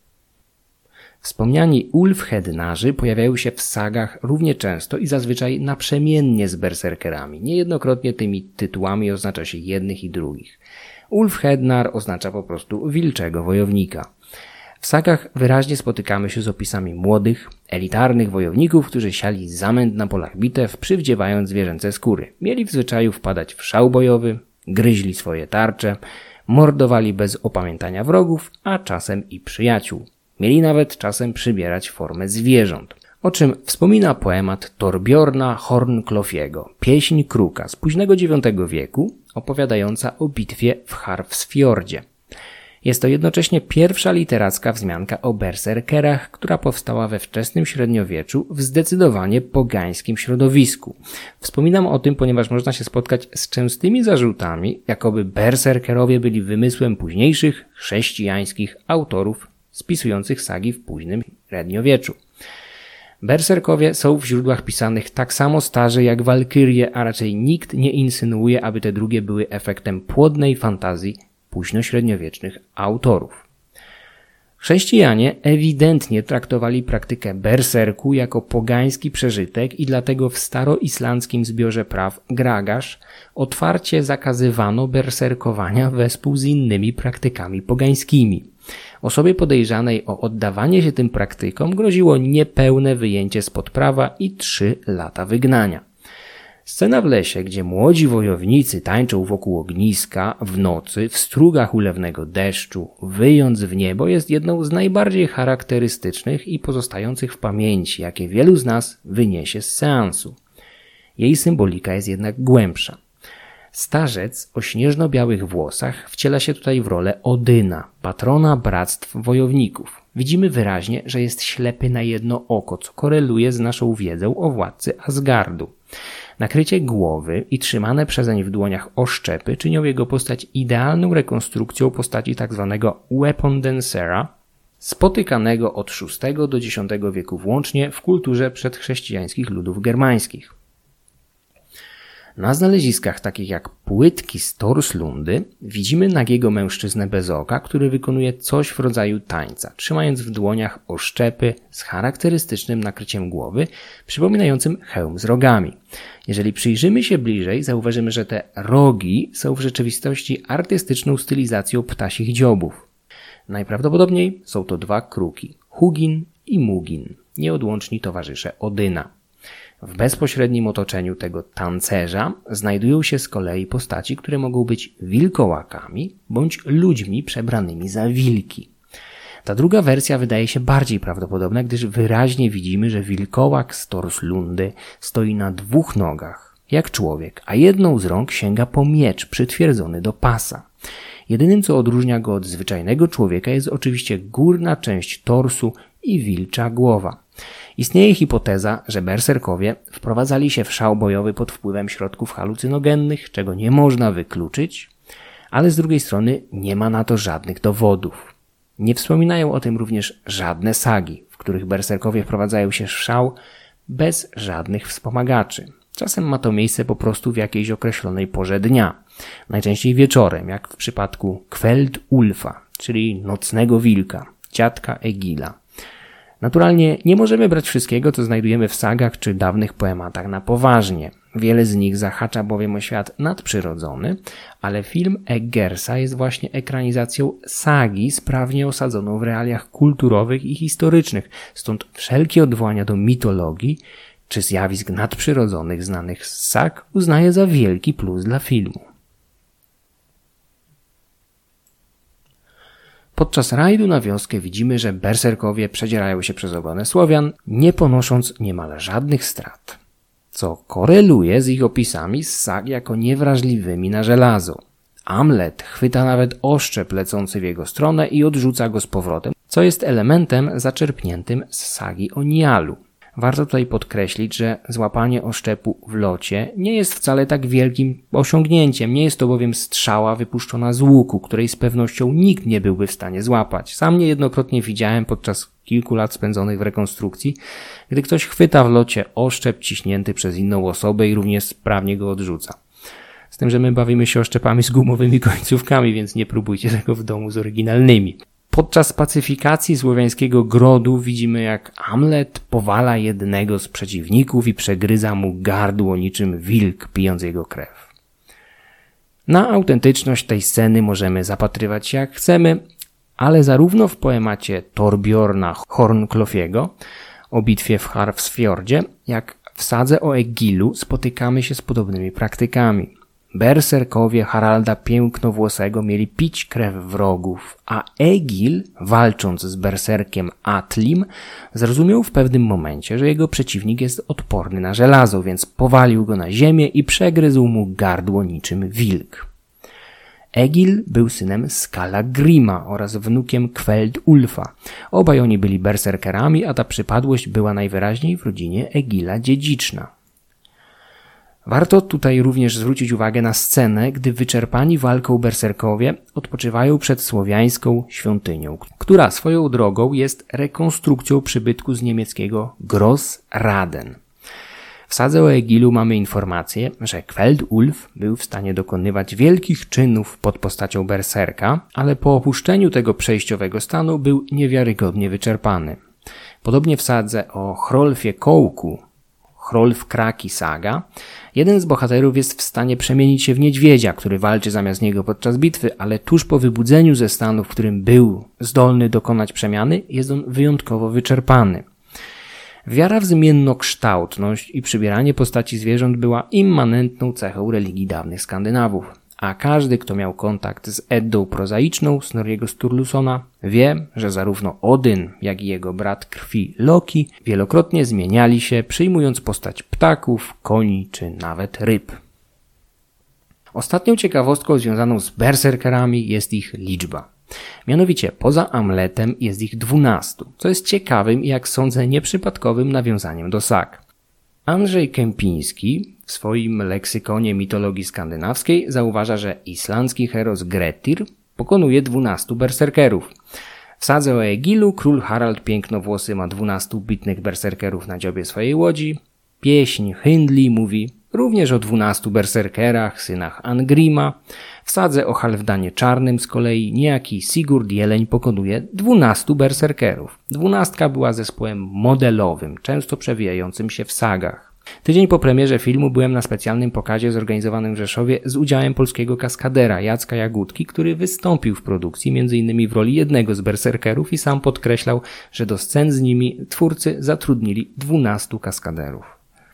Wspomniani ulfhednarzy pojawiają się w sagach równie często i zazwyczaj naprzemiennie z berserkerami. Niejednokrotnie tymi tytułami oznacza się jednych i drugich. Ulfhednar oznacza po prostu wilczego wojownika. W sagach wyraźnie spotykamy się z opisami młodych, elitarnych wojowników, którzy siali zamęt na polach bitew, przywdziewając zwierzęce skóry. Mieli w zwyczaju wpadać w szał bojowy, gryźli swoje tarcze, mordowali bez opamiętania wrogów, a czasem i przyjaciół. Mieli nawet czasem przybierać formę zwierząt, o czym wspomina poemat Torbjorna Hornklofiego, Pieśń Kruka z późnego IX wieku, opowiadająca o bitwie w Harfsfjordzie. Jest to jednocześnie pierwsza literacka wzmianka o berserkerach, która powstała we wczesnym średniowieczu w zdecydowanie pogańskim środowisku. Wspominam o tym, ponieważ można się spotkać z częstymi zarzutami, jakoby berserkerowie byli wymysłem późniejszych chrześcijańskich autorów spisujących sagi w późnym średniowieczu. Berserkowie są w źródłach pisanych tak samo starzy jak walkyrie, a raczej nikt nie insynuuje, aby te drugie były efektem płodnej fantazji późnośredniowiecznych autorów. Chrześcijanie ewidentnie traktowali praktykę berserku jako pogański przeżytek i dlatego w staroislandzkim zbiorze praw Gragasz otwarcie zakazywano berserkowania wespół z innymi praktykami pogańskimi. Osobie podejrzanej o oddawanie się tym praktykom groziło niepełne wyjęcie spod prawa i 3 lata wygnania. Scena w lesie, gdzie młodzi wojownicy tańczą wokół ogniska w nocy, w strugach ulewnego deszczu, wyjąc w niebo, jest jedną z najbardziej charakterystycznych i pozostających w pamięci, jakie wielu z nas wyniesie z seansu. Jej symbolika jest jednak głębsza. Starzec o śnieżno-białych włosach wciela się tutaj w rolę Odyna, patrona bractw wojowników. Widzimy wyraźnie, że jest ślepy na jedno oko, co koreluje z naszą wiedzą o władcy Asgardu. Nakrycie głowy i trzymane przezeń w dłoniach oszczepy czynią jego postać idealną rekonstrukcją postaci tzw. weapon dancera, spotykanego od VI do X wieku włącznie w kulturze przedchrześcijańskich ludów germańskich. Na znaleziskach takich jak płytki z Torslundy widzimy nagiego mężczyznę bez oka, który wykonuje coś w rodzaju tańca, trzymając w dłoniach oszczepy z charakterystycznym nakryciem głowy, przypominającym hełm z rogami. Jeżeli przyjrzymy się bliżej, zauważymy, że te rogi są w rzeczywistości artystyczną stylizacją ptasich dziobów. Najprawdopodobniej są to 2 kruki, Hugin i Mugin, nieodłączni towarzysze Odyna. W bezpośrednim otoczeniu tego tancerza znajdują się z kolei postaci, które mogą być wilkołakami bądź ludźmi przebranymi za wilki. Ta druga wersja wydaje się bardziej prawdopodobna, gdyż wyraźnie widzimy, że wilkołak z Torslundy stoi na 2 nogach, jak człowiek, a jedną z rąk sięga po miecz przytwierdzony do pasa. Jedynym, co odróżnia go od zwyczajnego człowieka, jest oczywiście górna część torsu i wilcza głowa. Istnieje hipoteza, że berserkowie wprowadzali się w szał bojowy pod wpływem środków halucynogennych, czego nie można wykluczyć, ale z drugiej strony nie ma na to żadnych dowodów. Nie wspominają o tym również żadne sagi, w których berserkowie wprowadzają się w szał bez żadnych wspomagaczy. Czasem ma to miejsce po prostu w jakiejś określonej porze dnia, najczęściej wieczorem, jak w przypadku Kveld Ulfa, czyli nocnego wilka, dziadka Egila. Naturalnie nie możemy brać wszystkiego, co znajdujemy w sagach czy dawnych poematach na poważnie. Wiele z nich zahacza bowiem o świat nadprzyrodzony, ale film Eggersa jest właśnie ekranizacją sagi sprawnie osadzoną w realiach kulturowych i historycznych, stąd wszelkie odwołania do mitologii czy zjawisk nadprzyrodzonych znanych z sag uznaje za wielki plus dla filmu. Podczas rajdu na wioskę widzimy, że berserkowie przedzierają się przez ogonę Słowian, nie ponosząc niemal żadnych strat, co koreluje z ich opisami z sag jako niewrażliwymi na żelazo. Amlet chwyta nawet oszczep lecący w jego stronę i odrzuca go z powrotem, co jest elementem zaczerpniętym z sagi o Nialu. Warto tutaj podkreślić, że złapanie oszczepu w locie nie jest wcale tak wielkim osiągnięciem. Nie jest to bowiem strzała wypuszczona z łuku, której z pewnością nikt nie byłby w stanie złapać. Sam niejednokrotnie widziałem podczas kilku lat spędzonych w rekonstrukcji, gdy ktoś chwyta w locie oszczep ciśnięty przez inną osobę i równie sprawnie go odrzuca. Z tym, że my bawimy się oszczepami z gumowymi końcówkami, więc nie próbujcie tego w domu z oryginalnymi. Podczas pacyfikacji słowiańskiego grodu widzimy, jak Amlet powala jednego z przeciwników i przegryza mu gardło niczym wilk pijąc jego krew. Na autentyczność tej sceny możemy zapatrywać się jak chcemy, ale zarówno w poemacie Torbjorna Hornklofiego o bitwie w Harfsfjordzie, jak w sadze o Egilu spotykamy się z podobnymi praktykami. Berserkowie Haralda Pięknowłosego mieli pić krew wrogów, a Egil, walcząc z berserkiem Atlim, zrozumiał w pewnym momencie, że jego przeciwnik jest odporny na żelazo, więc powalił go na ziemię i przegryzł mu gardło niczym wilk. Egil był synem Skalagrima oraz wnukiem Kveld Ulfa. Obaj oni byli berserkerami, a ta przypadłość była najwyraźniej w rodzinie Egila dziedziczna. Warto tutaj również zwrócić uwagę na scenę, gdy wyczerpani walką berserkowie odpoczywają przed słowiańską świątynią, która swoją drogą jest rekonstrukcją przybytku z niemieckiego Grossraden. W sadze o Egilu mamy informację, że Kveldulf był w stanie dokonywać wielkich czynów pod postacią berserka, ale po opuszczeniu tego przejściowego stanu był niewiarygodnie wyczerpany. Podobnie w sadze o Hrolfie Kołku, Hrolf Kraki Saga, jeden z bohaterów jest w stanie przemienić się w niedźwiedzia, który walczy zamiast niego podczas bitwy, ale tuż po wybudzeniu ze stanu, w którym był zdolny dokonać przemiany, jest on wyjątkowo wyczerpany. Wiara w zmiennokształtność i przybieranie postaci zwierząt była immanentną cechą religii dawnych Skandynawów, a każdy, kto miał kontakt z Eddą prozaiczną Snorriego Sturlusona, wie, że zarówno Odyn, jak i jego brat krwi Loki wielokrotnie zmieniali się, przyjmując postać ptaków, koni czy nawet ryb. Ostatnią ciekawostką związaną z berserkerami jest ich liczba. Mianowicie poza Amletem jest ich 12, co jest ciekawym i jak sądzę nieprzypadkowym nawiązaniem do sag. Andrzej Kępiński w swoim leksykonie mitologii skandynawskiej zauważa, że islandzki heros Grettir pokonuje 12 berserkerów. W sadze o Egilu król Harald Pięknowłosy ma 12 bitnych berserkerów na dziobie swojej łodzi. Pieśń Hyndli mówi również o 12 berserkerach, synach Angrima. W sadze o Halfdanie Czarnym z kolei niejaki Sigurd Jeleń pokonuje 12 berserkerów. 12 była zespołem modelowym, często przewijającym się w sagach. Tydzień po premierze filmu byłem na specjalnym pokazie zorganizowanym w Rzeszowie z udziałem polskiego kaskadera Jacka Jagódki, który wystąpił w produkcji m.in. w roli jednego z berserkerów i sam podkreślał, że do scen z nimi twórcy zatrudnili 12 kaskaderów.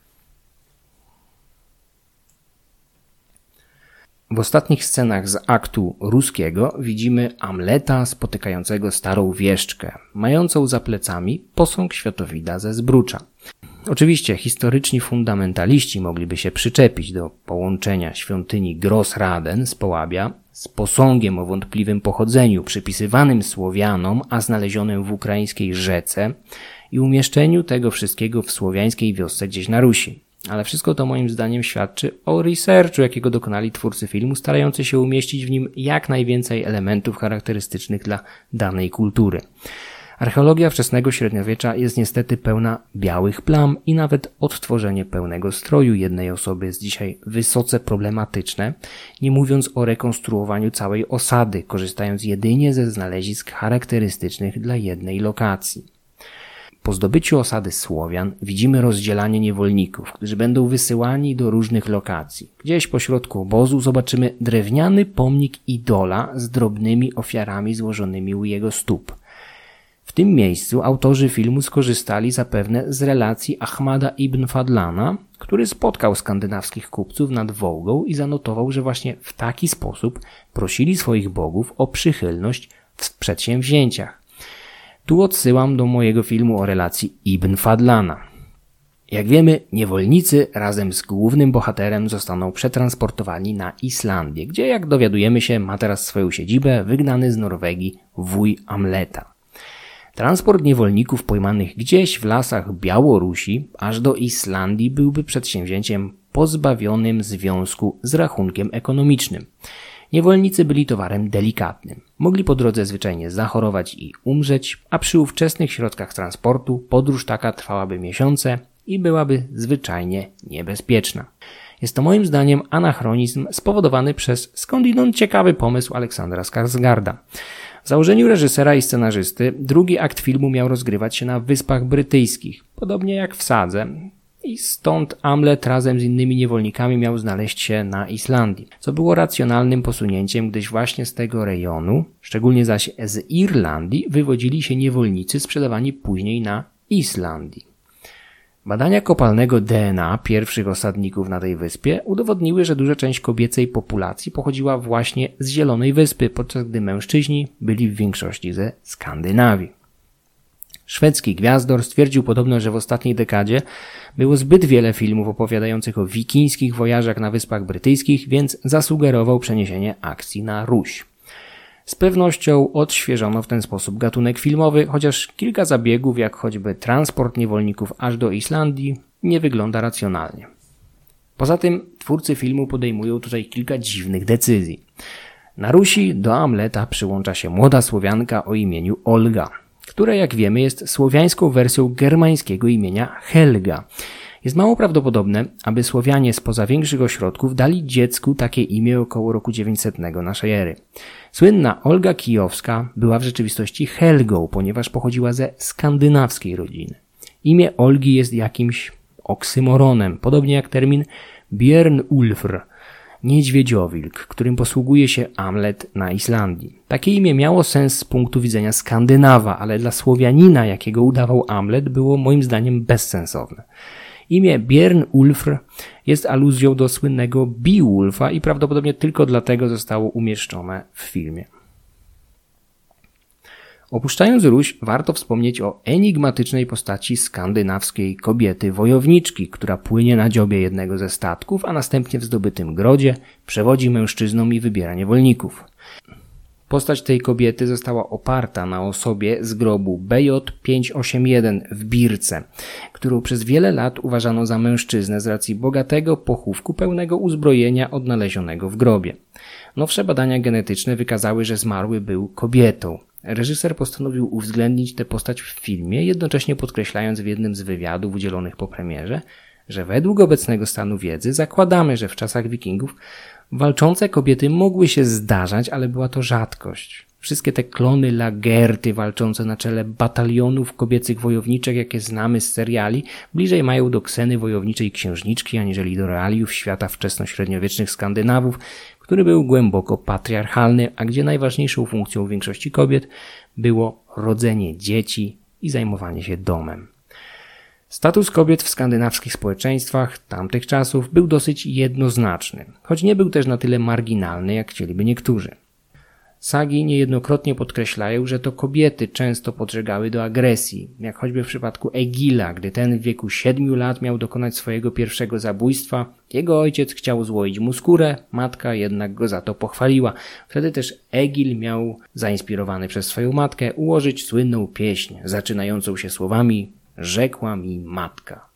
W ostatnich scenach z aktu ruskiego widzimy Amleta spotykającego starą wieszczkę, mającą za plecami posąg Światowida ze Zbrucza. Oczywiście historyczni fundamentaliści mogliby się przyczepić do połączenia świątyni Grossraden z Połabia z posągiem o wątpliwym pochodzeniu przypisywanym Słowianom, a znalezionym w ukraińskiej rzece i umieszczeniu tego wszystkiego w słowiańskiej wiosce gdzieś na Rusi. Ale wszystko to moim zdaniem świadczy o researchu, jakiego dokonali twórcy filmu, starający się umieścić w nim jak najwięcej elementów charakterystycznych dla danej kultury. Archeologia wczesnego średniowiecza jest niestety pełna białych plam i nawet odtworzenie pełnego stroju jednej osoby jest dzisiaj wysoce problematyczne, nie mówiąc o rekonstruowaniu całej osady, korzystając jedynie ze znalezisk charakterystycznych dla jednej lokacji. Po zdobyciu osady Słowian widzimy rozdzielanie niewolników, którzy będą wysyłani do różnych lokacji. Gdzieś pośrodku obozu zobaczymy drewniany pomnik idola z drobnymi ofiarami złożonymi u jego stóp. W tym miejscu autorzy filmu skorzystali zapewne z relacji Ahmada ibn Fadlana, który spotkał skandynawskich kupców nad Wołgą i zanotował, że właśnie w taki sposób prosili swoich bogów o przychylność w przedsięwzięciach. Tu odsyłam do mojego filmu o relacji Ibn Fadlana. Jak wiemy, niewolnicy razem z głównym bohaterem zostaną przetransportowani na Islandię, gdzie, jak dowiadujemy się, ma teraz swoją siedzibę wygnany z Norwegii wuj Amleta. Transport niewolników pojmanych gdzieś w lasach Białorusi aż do Islandii byłby przedsięwzięciem pozbawionym związku z rachunkiem ekonomicznym. Niewolnicy byli towarem delikatnym. Mogli po drodze zwyczajnie zachorować i umrzeć, a przy ówczesnych środkach transportu podróż taka trwałaby miesiące i byłaby zwyczajnie niebezpieczna. Jest to moim zdaniem anachronizm spowodowany przez skądinąd ciekawy pomysł Aleksandra Skarsgarda. W założeniu reżysera i scenarzysty drugi akt filmu miał rozgrywać się na Wyspach Brytyjskich, podobnie jak w sadze, i stąd Amlet razem z innymi niewolnikami miał znaleźć się na Islandii, co było racjonalnym posunięciem, gdyż właśnie z tego rejonu, szczególnie zaś z Irlandii, wywodzili się niewolnicy sprzedawani później na Islandii. Badania kopalnego DNA pierwszych osadników na tej wyspie udowodniły, że duża część kobiecej populacji pochodziła właśnie z Zielonej Wyspy, podczas gdy mężczyźni byli w większości ze Skandynawii. Szwedzki gwiazdor stwierdził podobno, że w ostatniej dekadzie było zbyt wiele filmów opowiadających o wikińskich wojażach na Wyspach Brytyjskich, więc zasugerował przeniesienie akcji na Ruś. Z pewnością odświeżono w ten sposób gatunek filmowy, chociaż kilka zabiegów, jak choćby transport niewolników aż do Islandii, nie wygląda racjonalnie. Poza tym twórcy filmu podejmują tutaj kilka dziwnych decyzji. Na Rusi do Amleta przyłącza się młoda Słowianka o imieniu Olga, która, jak wiemy, jest słowiańską wersją germańskiego imienia Helga. Jest mało prawdopodobne, aby Słowianie spoza większych ośrodków dali dziecku takie imię około roku 900 naszej ery. Słynna Olga Kijowska była w rzeczywistości Helgą, ponieważ pochodziła ze skandynawskiej rodziny. Imię Olgi jest jakimś oksymoronem, podobnie jak termin Björnulfr, niedźwiedziowilk, którym posługuje się Amlet na Islandii. Takie imię miało sens z punktu widzenia Skandynawa, ale dla Słowianina, jakiego udawał Amlet, było moim zdaniem bezsensowne. Imię Björnulfr jest aluzją do słynnego Beowulfa i prawdopodobnie tylko dlatego zostało umieszczone w filmie. Opuszczając Ruś, warto wspomnieć o enigmatycznej postaci skandynawskiej kobiety wojowniczki, która płynie na dziobie jednego ze statków, a następnie w zdobytym grodzie przewodzi mężczyznom i wybiera niewolników. Postać tej kobiety została oparta na osobie z grobu BJ581 w Birce, którą przez wiele lat uważano za mężczyznę z racji bogatego pochówku pełnego uzbrojenia odnalezionego w grobie. Nowsze badania genetyczne wykazały, że zmarły był kobietą. Reżyser postanowił uwzględnić tę postać w filmie, jednocześnie podkreślając w jednym z wywiadów udzielonych po premierze, że według obecnego stanu wiedzy zakładamy, że w czasach Wikingów walczące kobiety mogły się zdarzać, ale była to rzadkość. Wszystkie te klony Lagerty walczące na czele batalionów kobiecych wojowniczek, jakie znamy z seriali, bliżej mają do Kseny wojowniczej księżniczki, aniżeli do realiów świata wczesnośredniowiecznych Skandynawów, który był głęboko patriarchalny, a gdzie najważniejszą funkcją większości kobiet było rodzenie dzieci i zajmowanie się domem. Status kobiet w skandynawskich społeczeństwach tamtych czasów był dosyć jednoznaczny, choć nie był też na tyle marginalny, jak chcieliby niektórzy. Sagi niejednokrotnie podkreślają, że to kobiety często podżegały do agresji, jak choćby w przypadku Egila, gdy ten w wieku 7 lat miał dokonać swojego pierwszego zabójstwa. Jego ojciec chciał złoić mu skórę, matka jednak go za to pochwaliła. Wtedy też Egil miał, zainspirowany przez swoją matkę, ułożyć słynną pieśń, zaczynającą się słowami „Rzekła mi matka”.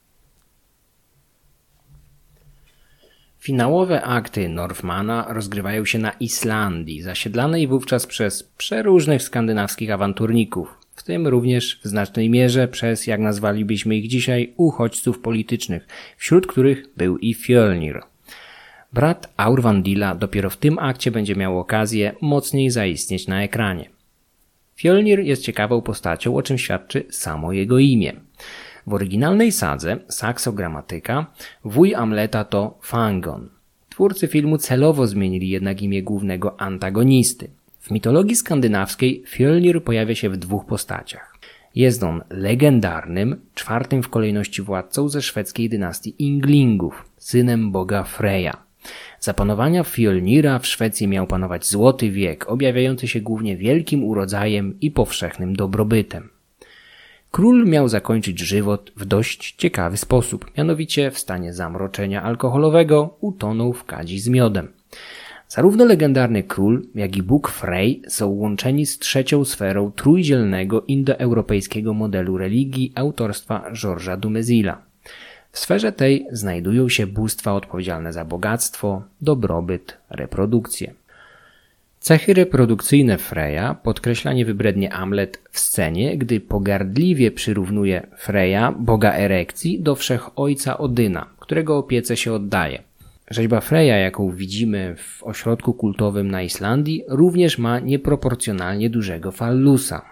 Finałowe akty Northmana rozgrywają się na Islandii, zasiedlanej wówczas przez przeróżnych skandynawskich awanturników, w tym również w znacznej mierze przez, jak nazwalibyśmy ich dzisiaj, uchodźców politycznych, wśród których był i Fjölnir. Brat Aurvandila dopiero w tym akcie będzie miał okazję mocniej zaistnieć na ekranie. Fjölnir jest ciekawą postacią, o czym świadczy samo jego imię. W oryginalnej sadze, Saxo-Grammatyka, wuj Amleta to Fangon. Twórcy filmu celowo zmienili jednak imię głównego antagonisty. W mitologii skandynawskiej Fjölnir pojawia się w dwóch postaciach. Jest on legendarnym, czwartym w kolejności władcą ze szwedzkiej dynastii Inglingów, synem boga Freya. Za panowania Fjölnira w Szwecji miał panować złoty wiek, objawiający się głównie wielkim urodzajem i powszechnym dobrobytem. Król miał zakończyć żywot w dość ciekawy sposób, mianowicie w stanie zamroczenia alkoholowego utonął w kadzi z miodem. Zarówno legendarny król, jak i bóg Frey są łączeni z trzecią sferą trójdzielnego indoeuropejskiego modelu religii autorstwa Georgesa Dumezila. W sferze tej znajdują się bóstwa odpowiedzialne za bogactwo, dobrobyt, reprodukcję. Cechy reprodukcyjne Freya podkreśla niewybrednie Amlet w scenie, gdy pogardliwie przyrównuje Freya, boga erekcji, do wszechojca Odyna, którego opiece się oddaje. Rzeźba Freya, jaką widzimy w ośrodku kultowym na Islandii, również ma nieproporcjonalnie dużego fallusa.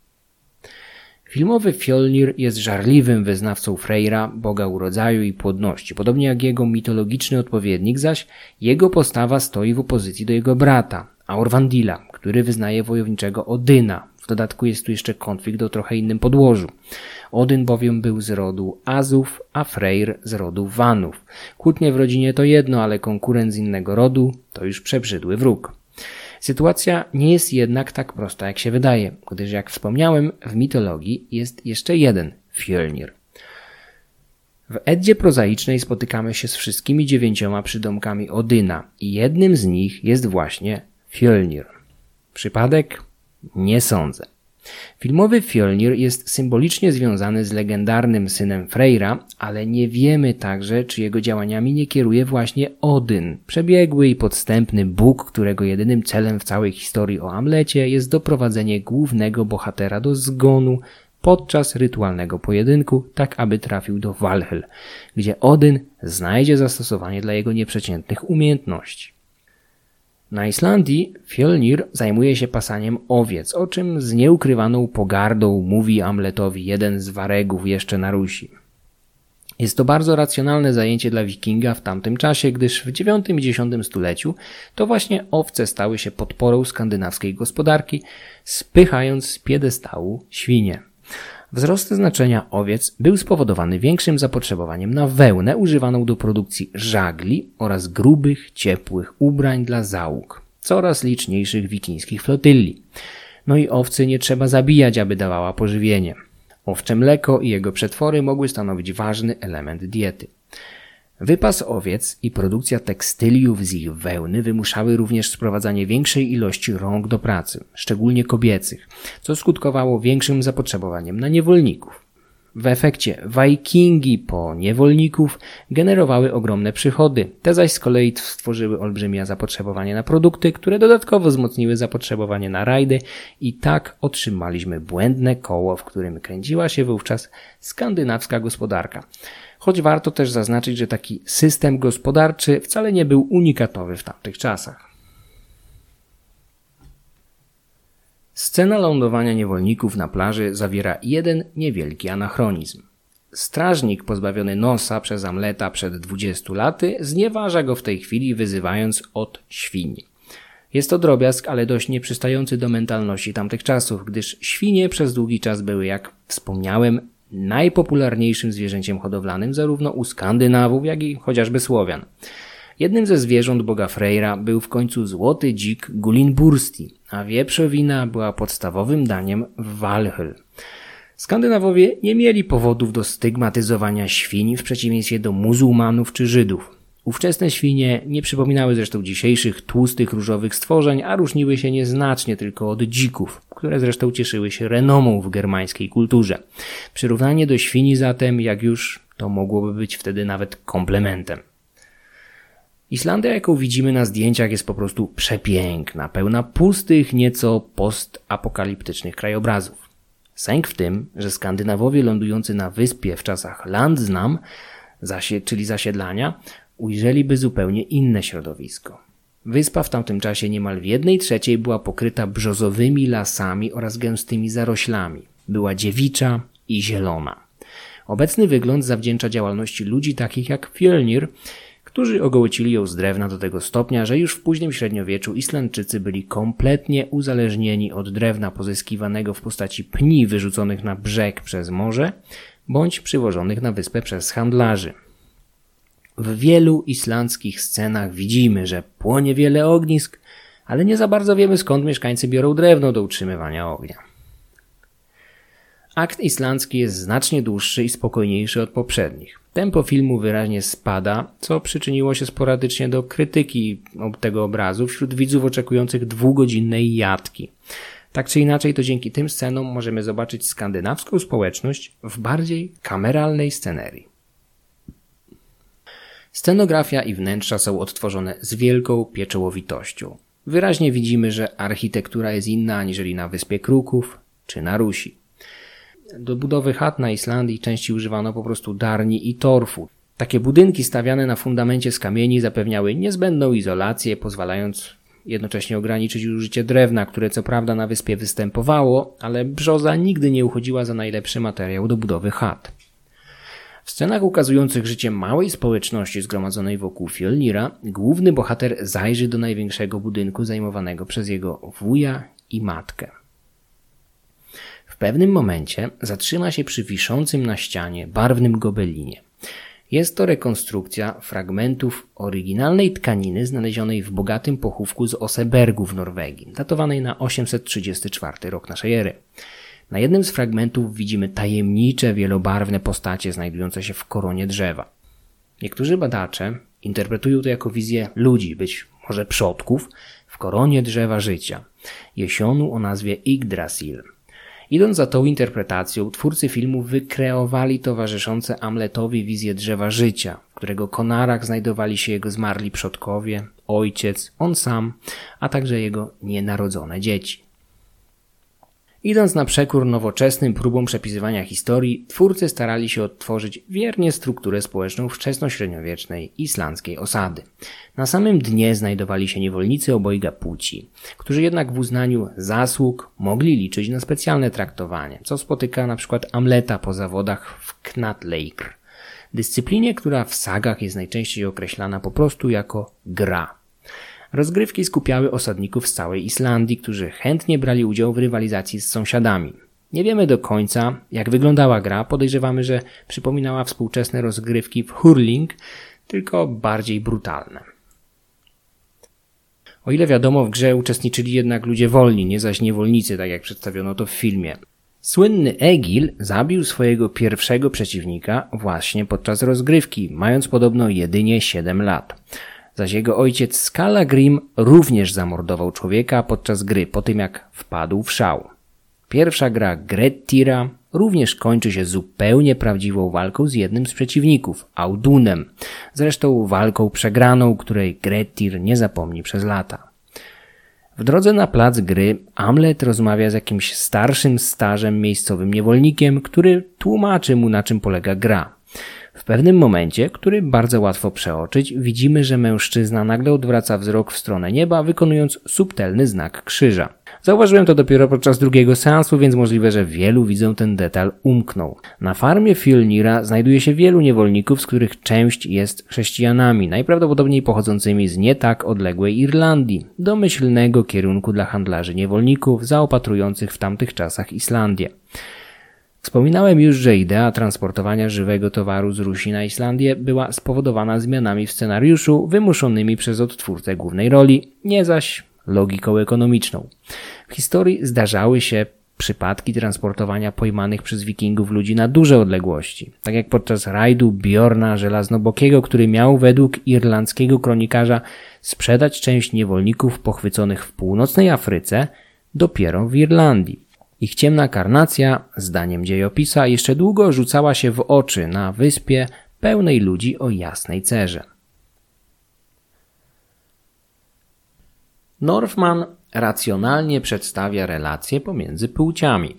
Filmowy Fjölnir jest żarliwym wyznawcą Freyra, boga urodzaju i płodności. Podobnie jak jego mitologiczny odpowiednik, zaś jego postawa stoi w opozycji do jego brata, Aurvandila, który wyznaje wojowniczego Odyna. W dodatku jest tu jeszcze konflikt o trochę innym podłożu. Odyn bowiem był z rodu Azów, a Freyr z rodu Vanów. Kłótnie w rodzinie to jedno, ale konkurent z innego rodu to już przebrzydły wróg. Sytuacja nie jest jednak tak prosta, jak się wydaje, gdyż jak wspomniałem, w mitologii jest jeszcze jeden Fjölnir. W Eddzie prozaicznej spotykamy się z wszystkimi 9 przydomkami Odyna i jednym z nich jest właśnie Fjölnir. Przypadek? Nie sądzę. Filmowy Fjölnir jest symbolicznie związany z legendarnym synem Freyra, ale nie wiemy także, czy jego działaniami nie kieruje właśnie Odyn, przebiegły i podstępny bóg, którego jedynym celem w całej historii o Amlecie jest doprowadzenie głównego bohatera do zgonu podczas rytualnego pojedynku, tak aby trafił do Valhall, gdzie Odyn znajdzie zastosowanie dla jego nieprzeciętnych umiejętności. Na Islandii Fjölnir zajmuje się pasaniem owiec, o czym z nieukrywaną pogardą mówi Amletowi jeden z waregów jeszcze na Rusi. Jest to bardzo racjonalne zajęcie dla wikinga w tamtym czasie, gdyż w IX i X stuleciu to właśnie owce stały się podporą skandynawskiej gospodarki, spychając z piedestału świnie. Wzrost znaczenia owiec był spowodowany większym zapotrzebowaniem na wełnę używaną do produkcji żagli oraz grubych, ciepłych ubrań dla załóg coraz liczniejszych wikińskich flotylli. No i owcy nie trzeba zabijać, aby dawała pożywienie. Owcze mleko i jego przetwory mogły stanowić ważny element diety. Wypas owiec i produkcja tekstyliów z ich wełny wymuszały również sprowadzanie większej ilości rąk do pracy, szczególnie kobiecych, co skutkowało większym zapotrzebowaniem na niewolników. W efekcie Wikingi po niewolników generowały ogromne przychody, te zaś z kolei stworzyły olbrzymie zapotrzebowanie na produkty, które dodatkowo wzmocniły zapotrzebowanie na rajdy i tak otrzymaliśmy błędne koło, w którym kręciła się wówczas skandynawska gospodarka. Choć warto też zaznaczyć, że taki system gospodarczy wcale nie był unikatowy w tamtych czasach. Scena lądowania niewolników na plaży zawiera jeden niewielki anachronizm. Strażnik pozbawiony nosa przez Amleta przed 20 laty znieważa go w tej chwili, wyzywając od świni. Jest to drobiazg, ale dość nieprzystający do mentalności tamtych czasów, gdyż świnie przez długi czas były, jak wspomniałem, najpopularniejszym zwierzęciem hodowlanym zarówno u Skandynawów, jak i chociażby Słowian. Jednym ze zwierząt boga Freyra był w końcu złoty dzik Gulinbursti, a wieprzowina była podstawowym daniem w Valhall. Skandynawowie nie mieli powodów do stygmatyzowania świń w przeciwieństwie do muzułmanów czy Żydów. Ówczesne świnie nie przypominały zresztą dzisiejszych tłustych, różowych stworzeń, a różniły się nieznacznie tylko od dzików, które zresztą cieszyły się renomą w germańskiej kulturze. Przyrównanie do świni zatem, jak już, to mogłoby być wtedy nawet komplementem. Islandia, jaką widzimy na zdjęciach, jest po prostu przepiękna, pełna pustych, nieco postapokaliptycznych krajobrazów. Sęk w tym, że Skandynawowie lądujący na wyspie w czasach Landnam, czyli zasiedlania, ujrzeliby zupełnie inne środowisko. Wyspa w tamtym czasie niemal w 1/3 była pokryta brzozowymi lasami oraz gęstymi zaroślami. Była dziewicza i zielona. Obecny wygląd zawdzięcza działalności ludzi takich jak Fjölnir, którzy ogołocili ją z drewna do tego stopnia, że już w późnym średniowieczu Islandczycy byli kompletnie uzależnieni od drewna pozyskiwanego w postaci pni wyrzuconych na brzeg przez morze bądź przywożonych na wyspę przez handlarzy. W wielu islandzkich scenach widzimy, że płonie wiele ognisk, ale nie za bardzo wiemy, skąd mieszkańcy biorą drewno do utrzymywania ognia. Akt islandzki jest znacznie dłuższy i spokojniejszy od poprzednich. Tempo filmu wyraźnie spada, co przyczyniło się sporadycznie do krytyki tego obrazu wśród widzów oczekujących 2-godzinnej jatki. Tak czy inaczej, to dzięki tym scenom możemy zobaczyć skandynawską społeczność w bardziej kameralnej scenerii. Scenografia i wnętrza są odtworzone z wielką pieczołowitością. Wyraźnie widzimy, że architektura jest inna aniżeli na Wyspie Kruków czy na Rusi. Do budowy chat na Islandii częściej używano po prostu darni i torfu. Takie budynki stawiane na fundamencie z kamieni zapewniały niezbędną izolację, pozwalając jednocześnie ograniczyć użycie drewna, które co prawda na wyspie występowało, ale brzoza nigdy nie uchodziła za najlepszy materiał do budowy chat. W scenach ukazujących życie małej społeczności zgromadzonej wokół Fjölnira, główny bohater zajrzy do największego budynku zajmowanego przez jego wuja i matkę. W pewnym momencie zatrzyma się przy wiszącym na ścianie barwnym gobelinie. Jest to rekonstrukcja fragmentów oryginalnej tkaniny znalezionej w bogatym pochówku z Osebergu w Norwegii, datowanej na 834 rok naszej ery. Na jednym z fragmentów widzimy tajemnicze, wielobarwne postacie znajdujące się w koronie drzewa. Niektórzy badacze interpretują to jako wizję ludzi, być może przodków, w koronie drzewa życia, jesionu o nazwie Yggdrasil. Idąc za tą interpretacją, twórcy filmu wykreowali towarzyszące Amletowi wizję drzewa życia, w którego konarach znajdowali się jego zmarli przodkowie, ojciec, on sam, a także jego nienarodzone dzieci. Idąc na przekór nowoczesnym próbom przepisywania historii, twórcy starali się odtworzyć wiernie strukturę społeczną wczesnośredniowiecznej islandzkiej osady. Na samym dnie znajdowali się niewolnicy obojga płci, którzy jednak w uznaniu zasług mogli liczyć na specjalne traktowanie, co spotyka np. Amleta po zawodach w Knatleikr, dyscyplinie, która w sagach jest najczęściej określana po prostu jako gra. Rozgrywki skupiały osadników z całej Islandii, którzy chętnie brali udział w rywalizacji z sąsiadami. Nie wiemy do końca, jak wyglądała gra, podejrzewamy, że przypominała współczesne rozgrywki w hurling, tylko bardziej brutalne. O ile wiadomo, w grze uczestniczyli jednak ludzie wolni, nie zaś niewolnicy, tak jak przedstawiono to w filmie. Słynny Egil zabił swojego pierwszego przeciwnika właśnie podczas rozgrywki, mając podobno jedynie 7 lat. Zaś jego ojciec Skallagrim również zamordował człowieka podczas gry, po tym jak wpadł w szał. Pierwsza gra Grettir'a również kończy się zupełnie prawdziwą walką z jednym z przeciwników, Audunem. Zresztą walką przegraną, której Grettir nie zapomni przez lata. W drodze na plac gry Amlet rozmawia z jakimś starszym starzem miejscowym niewolnikiem, który tłumaczy mu, na czym polega gra. W pewnym momencie, który bardzo łatwo przeoczyć, widzimy, że mężczyzna nagle odwraca wzrok w stronę nieba, wykonując subtelny znak krzyża. Zauważyłem to dopiero podczas drugiego seansu, więc możliwe, że wielu widzom ten detal umknął. Na farmie Fjölnira znajduje się wielu niewolników, z których część jest chrześcijanami, najprawdopodobniej pochodzącymi z nie tak odległej Irlandii, domyślnego kierunku dla handlarzy niewolników zaopatrujących w tamtych czasach Islandię. Wspominałem już, że idea transportowania żywego towaru z Rusi na Islandię była spowodowana zmianami w scenariuszu wymuszonymi przez odtwórcę głównej roli, nie zaś logiką ekonomiczną. W historii zdarzały się przypadki transportowania pojmanych przez wikingów ludzi na duże odległości, tak jak podczas rajdu Bjorna Żelaznobokiego, który miał według irlandzkiego kronikarza sprzedać część niewolników pochwyconych w północnej Afryce dopiero w Irlandii. Ich ciemna karnacja, zdaniem dziejopisa, jeszcze długo rzucała się w oczy na wyspie pełnej ludzi o jasnej cerze. Northman racjonalnie przedstawia relacje pomiędzy płciami.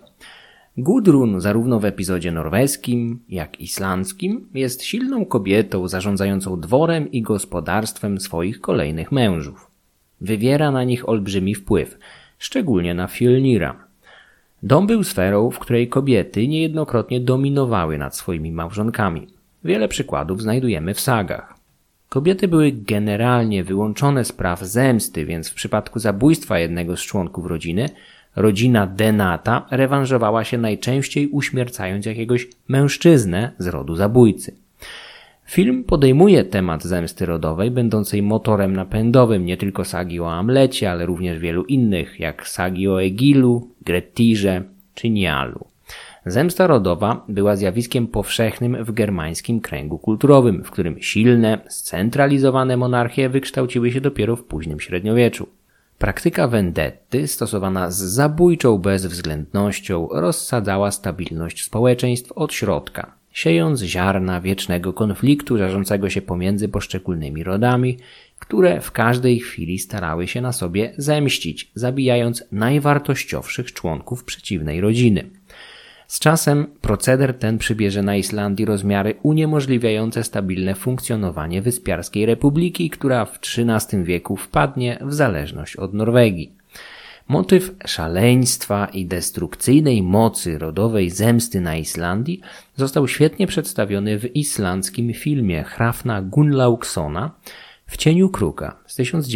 Gudrun zarówno w epizodzie norweskim, jak islandzkim jest silną kobietą zarządzającą dworem i gospodarstwem swoich kolejnych mężów. Wywiera na nich olbrzymi wpływ, szczególnie na Fjölnira. Dom był sferą, w której kobiety niejednokrotnie dominowały nad swoimi małżonkami. Wiele przykładów znajdujemy w sagach. Kobiety były generalnie wyłączone z praw zemsty, więc w przypadku zabójstwa jednego z członków rodziny, rodzina Denata rewanżowała się najczęściej uśmiercając jakiegoś mężczyznę z rodu zabójcy. Film podejmuje temat zemsty rodowej, będącej motorem napędowym nie tylko sagi o Amlecie, ale również wielu innych, jak sagi o Egilu, Grettirze czy Njalu. Zemsta rodowa była zjawiskiem powszechnym w germańskim kręgu kulturowym, w którym silne, scentralizowane monarchie wykształciły się dopiero w późnym średniowieczu. Praktyka vendetty, stosowana z zabójczą bezwzględnością, rozsadzała stabilność społeczeństw od środka, siejąc ziarna wiecznego konfliktu żarzącego się pomiędzy poszczególnymi rodami, które w każdej chwili starały się na sobie zemścić, zabijając najwartościowszych członków przeciwnej rodziny. Z czasem proceder ten przybierze na Islandii rozmiary uniemożliwiające stabilne funkcjonowanie Wyspiarskiej Republiki, która w XIII wieku wpadnie w zależność od Norwegii. Motyw szaleństwa i destrukcyjnej mocy rodowej zemsty na Islandii został świetnie przedstawiony w islandzkim filmie Hrafna Gunnlaugssona W cieniu kruka z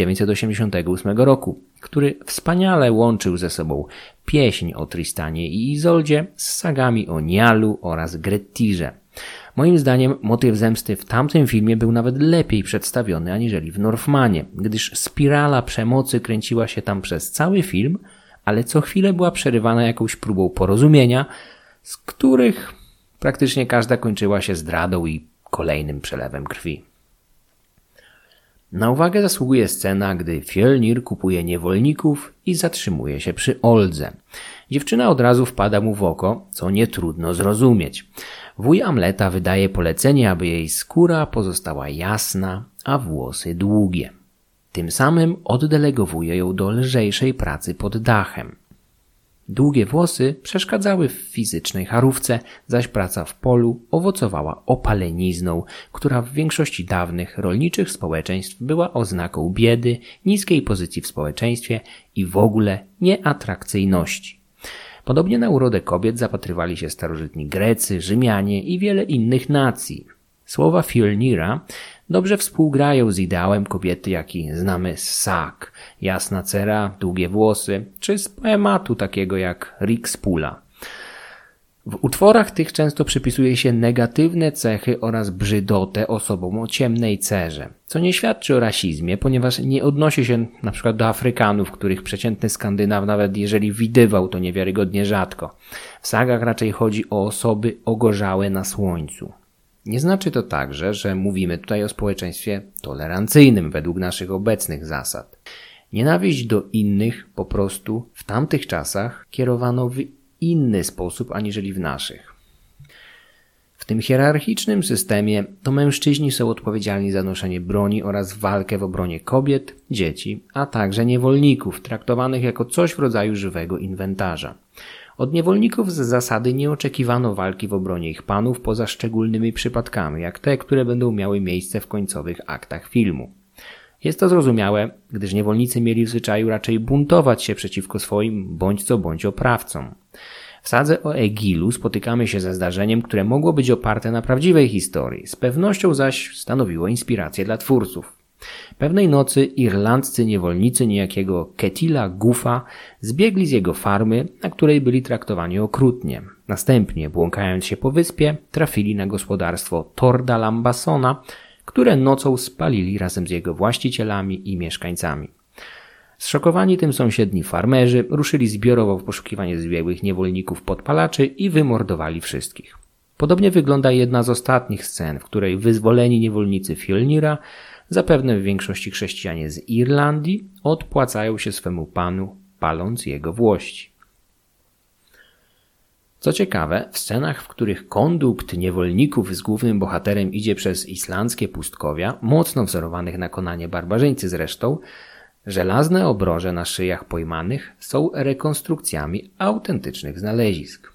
1988 roku, który wspaniale łączył ze sobą pieśń o Tristanie i Izoldzie z sagami o Njalu oraz Grettirze. Moim zdaniem motyw zemsty w tamtym filmie był nawet lepiej przedstawiony aniżeli w Northmanie, gdyż spirala przemocy kręciła się tam przez cały film, ale co chwilę była przerywana jakąś próbą porozumienia, z których praktycznie każda kończyła się zdradą i kolejnym przelewem krwi. Na uwagę zasługuje scena, gdy Fjölnir kupuje niewolników i zatrzymuje się przy Oldze. Dziewczyna od razu wpada mu w oko, co nie trudno zrozumieć. Wuj Amleta wydaje polecenie, aby jej skóra pozostała jasna, a włosy długie. Tym samym oddelegowuje ją do lżejszej pracy pod dachem. Długie włosy przeszkadzały w fizycznej charówce, zaś praca w polu owocowała opalenizną, która w większości dawnych rolniczych społeczeństw była oznaką biedy, niskiej pozycji w społeczeństwie i w ogóle nieatrakcyjności. Podobnie na urodę kobiet zapatrywali się starożytni Grecy, Rzymianie i wiele innych nacji. Słowa Fjölnira dobrze współgrają z ideałem kobiety, jaki znamy z sag, jasna cera, długie włosy, czy z poematu takiego jak Rikspula. W utworach tych często przypisuje się negatywne cechy oraz brzydotę osobom o ciemnej cerze, co nie świadczy o rasizmie, ponieważ nie odnosi się np. do Afrykanów, których przeciętny Skandynaw nawet jeżeli widywał, to niewiarygodnie rzadko. W sagach raczej chodzi o osoby ogorzałe na słońcu. Nie znaczy to także, że mówimy tutaj o społeczeństwie tolerancyjnym według naszych obecnych zasad. Nienawiść do innych po prostu w tamtych czasach kierowano w inny sposób aniżeli w naszych. W tym hierarchicznym systemie to mężczyźni są odpowiedzialni za noszenie broni oraz walkę w obronie kobiet, dzieci, a także niewolników, traktowanych jako coś w rodzaju żywego inwentarza. Od niewolników z zasady nie oczekiwano walki w obronie ich panów poza szczególnymi przypadkami, jak te, które będą miały miejsce w końcowych aktach filmu. Jest to zrozumiałe, gdyż niewolnicy mieli w zwyczaju raczej buntować się przeciwko swoim bądź co bądź oprawcom. W sadze o Egilu spotykamy się ze zdarzeniem, które mogło być oparte na prawdziwej historii, z pewnością zaś stanowiło inspirację dla twórców. Pewnej nocy irlandzcy niewolnicy niejakiego Ketila Goofa zbiegli z jego farmy, na której byli traktowani okrutnie. Następnie, błąkając się po wyspie, trafili na gospodarstwo Torda Lambasona, które nocą spalili razem z jego właścicielami i mieszkańcami. Zszokowani tym sąsiedni farmerzy ruszyli zbiorowo w poszukiwanie zbiegłych niewolników podpalaczy i wymordowali wszystkich. Podobnie wygląda jedna z ostatnich scen, w której wyzwoleni niewolnicy Fjölnira, zapewne w większości chrześcijanie z Irlandii, odpłacają się swemu panu, paląc jego włości. Co ciekawe, w scenach, w których kondukt niewolników z głównym bohaterem idzie przez islandzkie pustkowia, mocno wzorowanych na Konanie barbarzyńcy zresztą, żelazne obroże na szyjach pojmanych są rekonstrukcjami autentycznych znalezisk.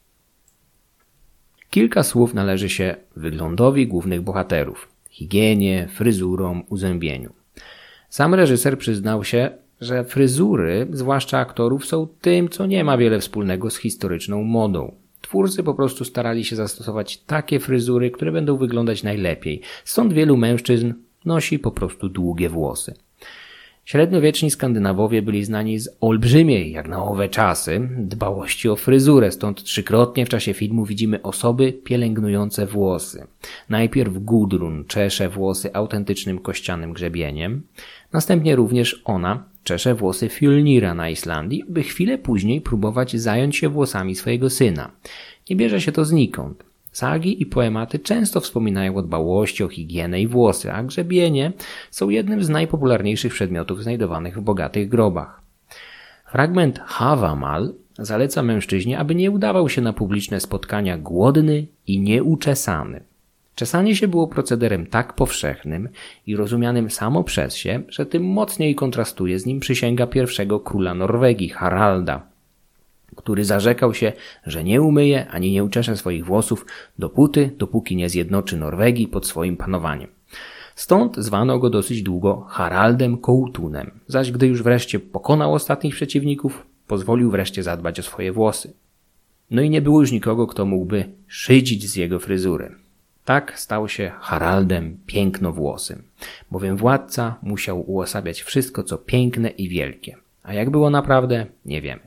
Kilka słów należy się wyglądowi głównych bohaterów, higienie, fryzurom, uzębieniu. Sam reżyser przyznał się, że fryzury, zwłaszcza aktorów, są tym, co nie ma wiele wspólnego z historyczną modą. Twórcy po prostu starali się zastosować takie fryzury, które będą wyglądać najlepiej. Stąd wielu mężczyzn nosi po prostu długie włosy. Średniowieczni Skandynawowie byli znani z olbrzymiej, jak na owe czasy, dbałości o fryzurę, stąd trzykrotnie w czasie filmu widzimy osoby pielęgnujące włosy. Najpierw Gudrun czesze włosy autentycznym kościanym grzebieniem, następnie również ona czesze włosy Fjölnira na Islandii, by chwilę później próbować zająć się włosami swojego syna. Nie bierze się to znikąd. Sagi i poematy często wspominają o dbałości o higienę i włosy, a grzebienie są jednym z najpopularniejszych przedmiotów znajdowanych w bogatych grobach. Fragment Havamal zaleca mężczyźnie, aby nie udawał się na publiczne spotkania głodny i nieuczesany. Czesanie się było procederem tak powszechnym i rozumianym samo przez się, że tym mocniej kontrastuje z nim przysięga pierwszego króla Norwegii, Haralda, który zarzekał się, że nie umyje ani nie uczesze swoich włosów dopóki nie zjednoczy Norwegii pod swoim panowaniem. Stąd zwano go dosyć długo Haraldem Kołtunem, zaś gdy już wreszcie pokonał ostatnich przeciwników, pozwolił wreszcie zadbać o swoje włosy. No i nie było już nikogo, kto mógłby szydzić z jego fryzury. Tak stał się Haraldem Pięknowłosym, bowiem władca musiał uosabiać wszystko, co piękne i wielkie. A jak było naprawdę, nie wiemy.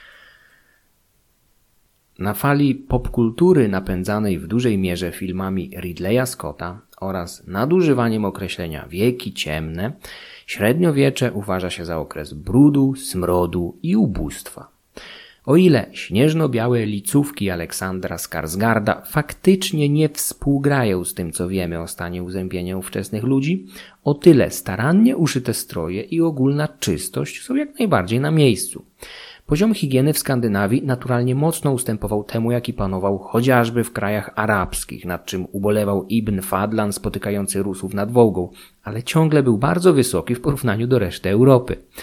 Na fali popkultury napędzanej w dużej mierze filmami Ridleya Scotta oraz nadużywaniem określenia wieki ciemne, średniowiecze uważa się za okres brudu, smrodu i ubóstwa. O ile śnieżno-białe licówki Aleksandra Skarsgarda faktycznie nie współgrają z tym, co wiemy o stanie uzębienia ówczesnych ludzi, o tyle starannie uszyte stroje i ogólna czystość są jak najbardziej na miejscu. Poziom higieny w Skandynawii naturalnie mocno ustępował temu, jaki panował chociażby w krajach arabskich, nad czym ubolewał Ibn Fadlan spotykający Rusów nad Wołgą, ale ciągle był bardzo wysoki w porównaniu do reszty Europy.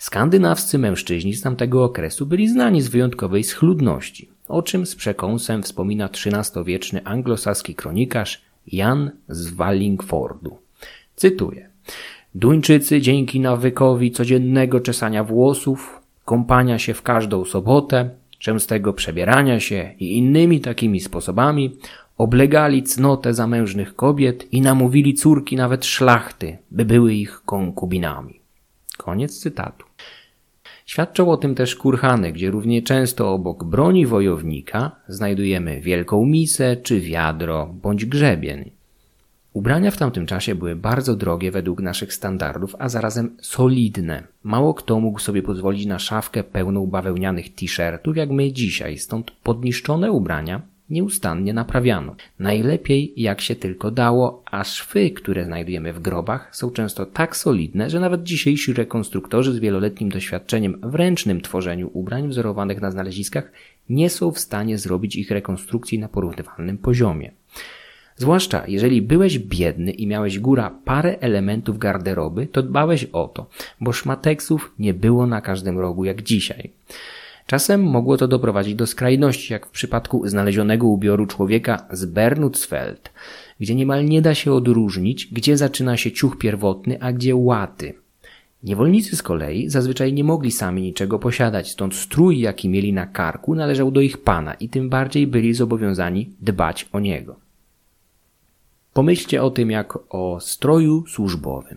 Skandynawscy mężczyźni z tamtego okresu byli znani z wyjątkowej schludności, o czym z przekąsem wspomina XIII-wieczny anglosaski kronikarz Jan z Wallingfordu. Cytuję: Duńczycy dzięki nawykowi codziennego czesania włosów, kąpania się w każdą sobotę, częstego przebierania się i innymi takimi sposobami oblegali cnotę zamężnych kobiet i namówili córki nawet szlachty, by były ich konkubinami. Koniec cytatu. Świadczą o tym też kurhany, gdzie równie często obok broni wojownika znajdujemy wielką misę czy wiadro bądź grzebień. Ubrania w tamtym czasie były bardzo drogie według naszych standardów, a zarazem solidne. Mało kto mógł sobie pozwolić na szafkę pełną bawełnianych t-shirtów jak my dzisiaj, stąd podniszczone ubrania nieustannie naprawiano. Najlepiej jak się tylko dało, a szwy, które znajdujemy w grobach, są często tak solidne, że nawet dzisiejsi rekonstruktorzy z wieloletnim doświadczeniem w ręcznym tworzeniu ubrań wzorowanych na znaleziskach nie są w stanie zrobić ich rekonstrukcji na porównywalnym poziomie. Zwłaszcza jeżeli byłeś biedny i miałeś góra parę elementów garderoby, to dbałeś o to, bo szmateksów nie było na każdym rogu jak dzisiaj. Czasem mogło to doprowadzić do skrajności, jak w przypadku znalezionego ubioru człowieka z Bernutzfeld, gdzie niemal nie da się odróżnić, gdzie zaczyna się ciuch pierwotny, a gdzie łaty. Niewolnicy z kolei zazwyczaj nie mogli sami niczego posiadać, stąd strój, jaki mieli na karku, należał do ich pana i tym bardziej byli zobowiązani dbać o niego. Pomyślcie o tym jak o stroju służbowym.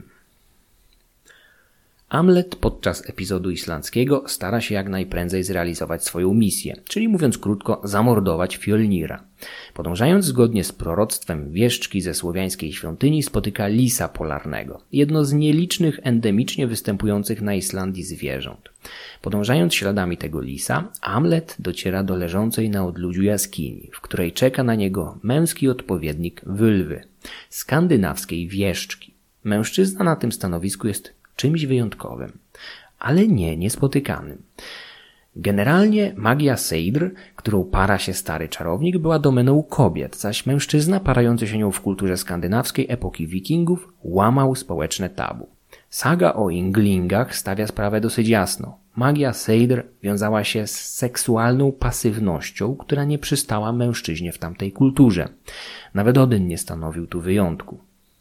Amlet podczas epizodu islandzkiego stara się jak najprędzej zrealizować swoją misję, czyli mówiąc krótko, zamordować Fjolnira. Podążając zgodnie z proroctwem wieszczki ze słowiańskiej świątyni spotyka lisa polarnego, jedno z nielicznych endemicznie występujących na Islandii zwierząt. Podążając śladami tego lisa, Amlet dociera do leżącej na odludziu jaskini, w której czeka na niego męski odpowiednik wylwy, skandynawskiej wieszczki. Mężczyzna na tym stanowisku jest czymś wyjątkowym, ale niespotykanym. Generalnie magia Seidr, którą para się stary czarownik, była domeną kobiet, zaś mężczyzna parający się nią w kulturze skandynawskiej epoki wikingów łamał społeczne tabu. Saga o Ynglingach stawia sprawę dosyć jasno. Magia Seidr wiązała się z seksualną pasywnością, która nie przystała mężczyźnie w tamtej kulturze. Nawet Odyn nie stanowił tu wyjątku.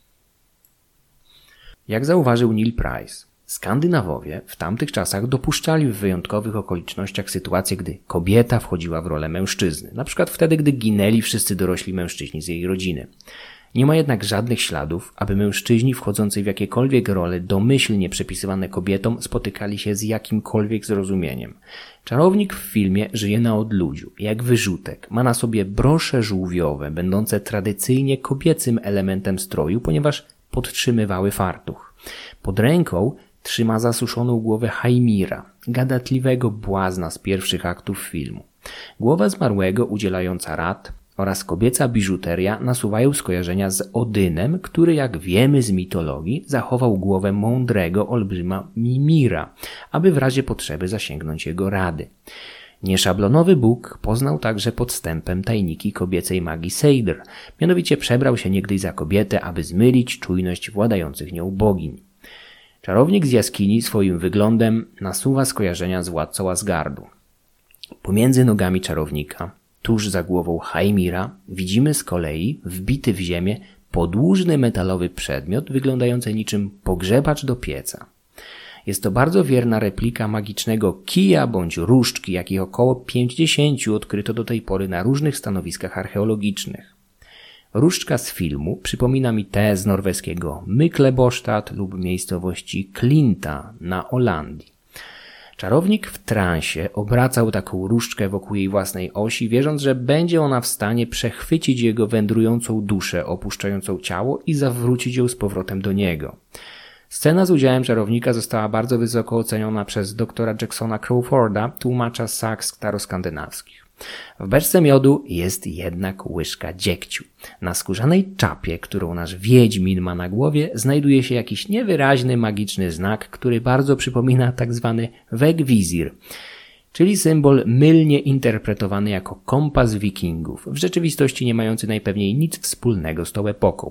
Jak zauważył Neil Price, Skandynawowie w tamtych czasach dopuszczali w wyjątkowych okolicznościach sytuację, gdy kobieta wchodziła w rolę mężczyzny, na przykład wtedy, gdy ginęli wszyscy dorośli mężczyźni z jej rodziny. Nie ma jednak żadnych śladów, aby mężczyźni wchodzący w jakiekolwiek role domyślnie przypisywane kobietom spotykali się z jakimkolwiek zrozumieniem. Czarownik w filmie żyje na odludziu, jak wyrzutek. Ma na sobie brosze żółwiowe, będące tradycyjnie kobiecym elementem stroju, ponieważ podtrzymywały fartuch. Pod ręką trzyma zasuszoną głowę Haimira, gadatliwego błazna z pierwszych aktów filmu. Głowa zmarłego udzielająca rad oraz kobieca biżuteria nasuwają skojarzenia z Odynem, który, jak wiemy z mitologii, zachował głowę mądrego olbrzyma Mimira, aby w razie potrzeby zasięgnąć jego rady. Nieszablonowy Bóg poznał także podstępem tajniki kobiecej magii Seidr, mianowicie przebrał się niegdyś za kobietę, aby zmylić czujność władających nią bogiń. Czarownik z jaskini swoim wyglądem nasuwa skojarzenia z władcą Asgardu. Pomiędzy nogami czarownika, tuż za głową Haimira, widzimy z kolei wbity w ziemię podłużny metalowy przedmiot wyglądający niczym pogrzebacz do pieca. Jest to bardzo wierna replika magicznego kija bądź różdżki, jakich około 50 odkryto do tej pory na różnych stanowiskach archeologicznych. Różdżka z filmu przypomina mi tę z norweskiego Myklebostadt lub miejscowości Klinta na Holandii. Czarownik w transie obracał taką różdżkę wokół jej własnej osi, wierząc, że będzie ona w stanie przechwycić jego wędrującą duszę opuszczającą ciało i zawrócić ją z powrotem do niego. Scena z udziałem czarownika została bardzo wysoko oceniona przez doktora Jacksona Crawforda, tłumacza sag staroskandynawskich. W beczce miodu jest jednak łyżka dziegciu. Na skórzanej czapie, którą nasz wiedźmin ma na głowie, znajduje się jakiś niewyraźny magiczny znak, który bardzo przypomina tzw. Wegvizir, czyli symbol mylnie interpretowany jako kompas wikingów, w rzeczywistości nie mający najpewniej nic wspólnego z tą epoką.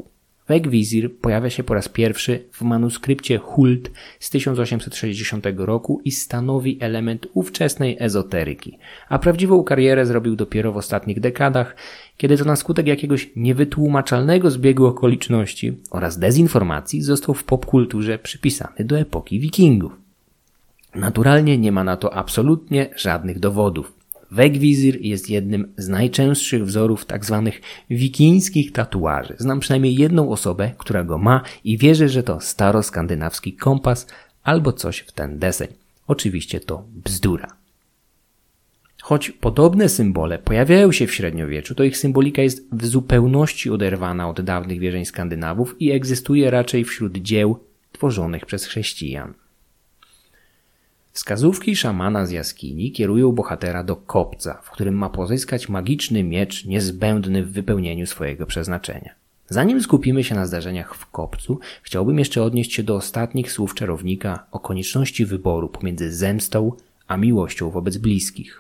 Wegwizir pojawia się po raz pierwszy w manuskrypcie Huld z 1860 roku i stanowi element ówczesnej ezoteryki, a prawdziwą karierę zrobił dopiero w ostatnich dekadach, kiedy to na skutek jakiegoś niewytłumaczalnego zbiegu okoliczności oraz dezinformacji został w popkulturze przypisany do epoki wikingów. Naturalnie nie ma na to absolutnie żadnych dowodów. Wegwizir jest jednym z najczęstszych wzorów tzw. wikińskich tatuaży. Znam przynajmniej jedną osobę, która go ma i wierzy, że to staroskandynawski kompas albo coś w ten deseń. Oczywiście to bzdura. Choć podobne symbole pojawiają się w średniowieczu, to ich symbolika jest w zupełności oderwana od dawnych wierzeń Skandynawów i egzystuje raczej wśród dzieł tworzonych przez chrześcijan. Wskazówki szamana z jaskini kierują bohatera do kopca, w którym ma pozyskać magiczny miecz niezbędny w wypełnieniu swojego przeznaczenia. Zanim skupimy się na zdarzeniach w kopcu, chciałbym jeszcze odnieść się do ostatnich słów czarownika o konieczności wyboru pomiędzy zemstą a miłością wobec bliskich.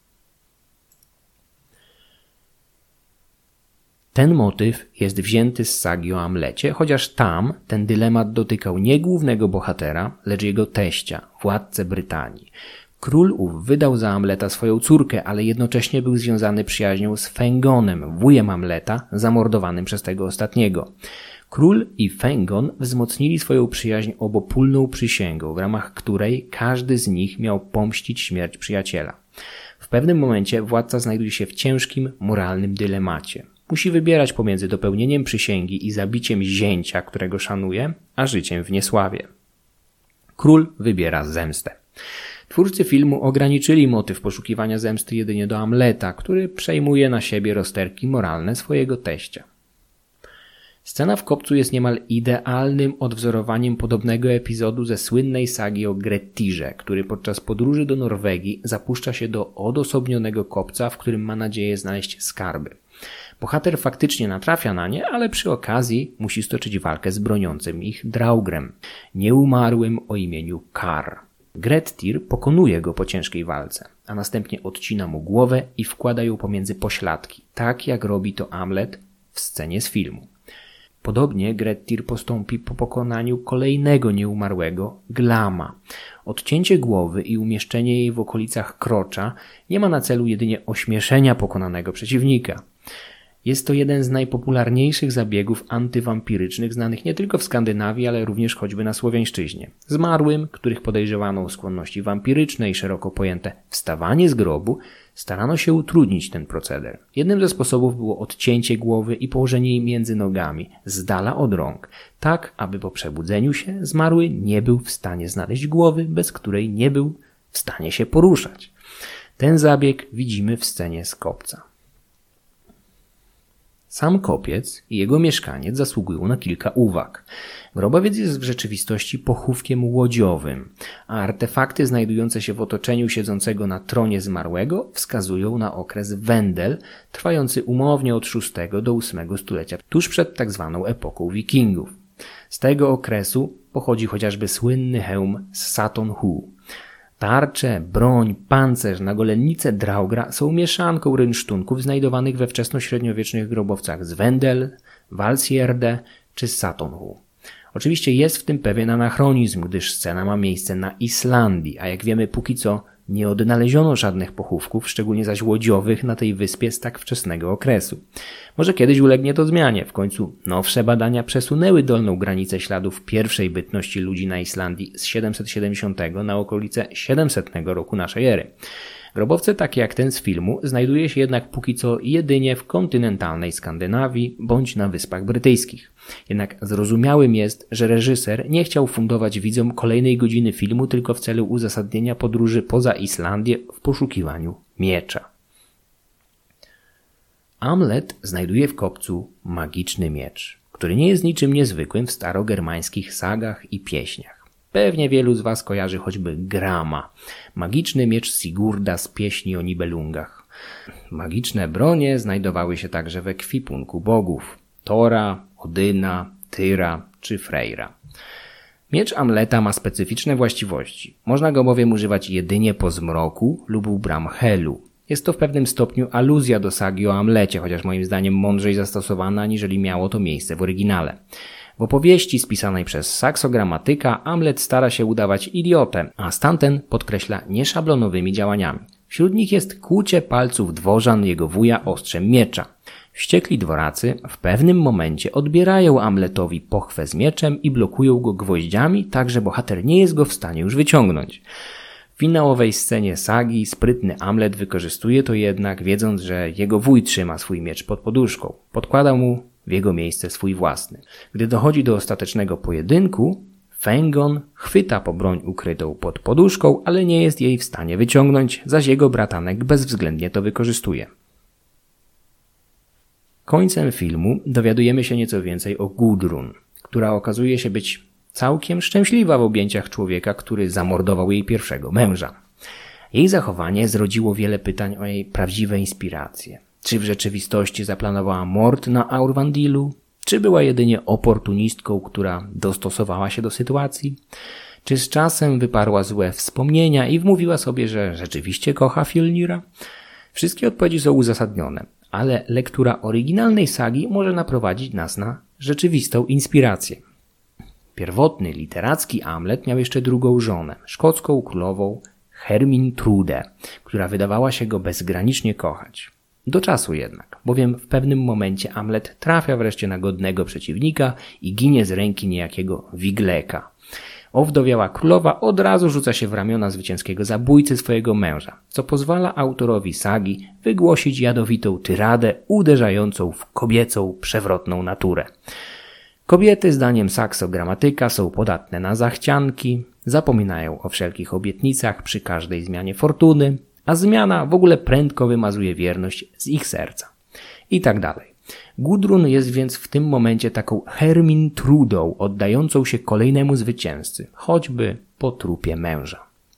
Ten motyw jest wzięty z sagi o Amlecie, chociaż tam ten dylemat dotykał nie głównego bohatera, lecz jego teścia, władcę Brytanii. Król ów wydał za Amleta swoją córkę, ale jednocześnie był związany przyjaźnią z Fengonem, wujem Amleta, zamordowanym przez tego ostatniego. Król i Fengon wzmocnili swoją przyjaźń obopólną przysięgą, w ramach której każdy z nich miał pomścić śmierć przyjaciela. W pewnym momencie władca znajduje się w ciężkim, moralnym dylemacie. Musi wybierać pomiędzy dopełnieniem przysięgi i zabiciem zięcia, którego szanuje, a życiem w niesławie. Król wybiera zemstę. Twórcy filmu ograniczyli motyw poszukiwania zemsty jedynie do Amleta, który przejmuje na siebie rozterki moralne swojego teścia. Scena w kopcu jest niemal idealnym odwzorowaniem podobnego epizodu ze słynnej sagi o Grettirze, który podczas podróży do Norwegii zapuszcza się do odosobnionego kopca, w którym ma nadzieję znaleźć skarby. Bohater faktycznie natrafia na nie, ale przy okazji musi stoczyć walkę z broniącym ich Draugrem, nieumarłym o imieniu Kar. Grettir pokonuje go po ciężkiej walce, a następnie odcina mu głowę i wkłada ją pomiędzy pośladki, tak jak robi to Amlet w scenie z filmu. Podobnie Grettir postąpi po pokonaniu kolejnego nieumarłego, Glama. Odcięcie głowy i umieszczenie jej w okolicach krocza nie ma na celu jedynie ośmieszenia pokonanego przeciwnika. Jest to jeden z najpopularniejszych zabiegów antywampirycznych znanych nie tylko w Skandynawii, ale również choćby na Słowiańszczyźnie. Zmarłym, których podejrzewano o skłonności wampiryczne i szeroko pojęte wstawanie z grobu, starano się utrudnić ten proceder. Jednym ze sposobów było odcięcie głowy i położenie jej między nogami, z dala od rąk, tak aby po przebudzeniu się zmarły nie był w stanie znaleźć głowy, bez której nie był w stanie się poruszać. Ten zabieg widzimy w scenie z kopca. Sam kopiec i jego mieszkaniec zasługują na kilka uwag. Grobowiec jest w rzeczywistości pochówkiem łodziowym, a artefakty znajdujące się w otoczeniu siedzącego na tronie zmarłego wskazują na okres Wendel, trwający umownie od VI do VIII stulecia, tuż przed tzw. epoką wikingów. Z tego okresu pochodzi chociażby słynny hełm z Saton Hu. Tarcze, broń, pancerz, nagolennice Draugra są mieszanką rynsztunków znajdowanych we wczesnośredniowiecznych grobowcach z Wendel, Valsierde czy Satonhu. Oczywiście jest w tym pewien anachronizm, gdyż scena ma miejsce na Islandii, a jak wiemy póki co nie odnaleziono żadnych pochówków, szczególnie zaś łodziowych na tej wyspie z tak wczesnego okresu. Może kiedyś ulegnie to zmianie, w końcu nowsze badania przesunęły dolną granicę śladów pierwszej bytności ludzi na Islandii z 770 na okolice 700 roku naszej ery. Grobowce takie jak ten z filmu znajduje się jednak póki co jedynie w kontynentalnej Skandynawii bądź na Wyspach Brytyjskich. Jednak zrozumiałym jest, że reżyser nie chciał fundować widzom kolejnej godziny filmu tylko w celu uzasadnienia podróży poza Islandię w poszukiwaniu miecza. Amlet znajduje w kopcu magiczny miecz, który nie jest niczym niezwykłym w starogermańskich sagach i pieśniach. Pewnie wielu z Was kojarzy choćby Grama, magiczny miecz Sigurda z pieśni o Nibelungach. Magiczne bronie znajdowały się także w ekwipunku bogów Tora, Odyna, Tyra czy Freyra. Miecz Amleta ma specyficzne właściwości. Można go bowiem używać jedynie po zmroku lub u bram Helu. Jest to w pewnym stopniu aluzja do sagi o Hamlecie, chociaż moim zdaniem mądrzej zastosowana, aniżeli miało to miejsce w oryginale. W opowieści spisanej przez Saxo Grammatyka Hamlet stara się udawać idiotę, a stan ten podkreśla nieszablonowymi działaniami. Wśród nich jest kłucie palców dworzan jego wuja ostrzem miecza. Wściekli dworacy w pewnym momencie odbierają Hamletowi pochwę z mieczem i blokują go gwoździami, tak że bohater nie jest go w stanie już wyciągnąć. W finałowej scenie sagi sprytny Hamlet wykorzystuje to jednak, wiedząc, że jego wuj trzyma swój miecz pod poduszką. Podkłada mu w jego miejsce swój własny. Gdy dochodzi do ostatecznego pojedynku, Fengon chwyta po broń ukrytą pod poduszką, ale nie jest jej w stanie wyciągnąć, zaś jego bratanek bezwzględnie to wykorzystuje. Końcem filmu dowiadujemy się nieco więcej o Gudrun, która okazuje się być całkiem szczęśliwa w objęciach człowieka, który zamordował jej pierwszego męża. Jej zachowanie zrodziło wiele pytań o jej prawdziwe inspiracje. Czy w rzeczywistości zaplanowała mord na Aurvandilu? Czy była jedynie oportunistką, która dostosowała się do sytuacji? Czy z czasem wyparła złe wspomnienia i wmówiła sobie, że rzeczywiście kocha Fjölnira? Wszystkie odpowiedzi są uzasadnione, ale lektura oryginalnej sagi może naprowadzić nas na rzeczywistą inspirację. Pierwotny literacki Hamlet miał jeszcze drugą żonę, szkocką królową Hermintrudę, która wydawała się go bezgranicznie kochać. Do czasu jednak, bowiem w pewnym momencie Hamlet trafia wreszcie na godnego przeciwnika i ginie z ręki niejakiego Wigleka. Owdowiała królowa od razu rzuca się w ramiona zwycięskiego zabójcy swojego męża, co pozwala autorowi sagi wygłosić jadowitą tyradę uderzającą w kobiecą, przewrotną naturę. Kobiety, zdaniem Saxo Grammatyka, są podatne na zachcianki, zapominają o wszelkich obietnicach przy każdej zmianie fortuny, a zmiana w ogóle prędko wymazuje wierność z ich serca. I tak dalej. Gudrun jest więc w tym momencie taką Hermintrudą oddającą się kolejnemu zwycięzcy, choćby po trupie męża.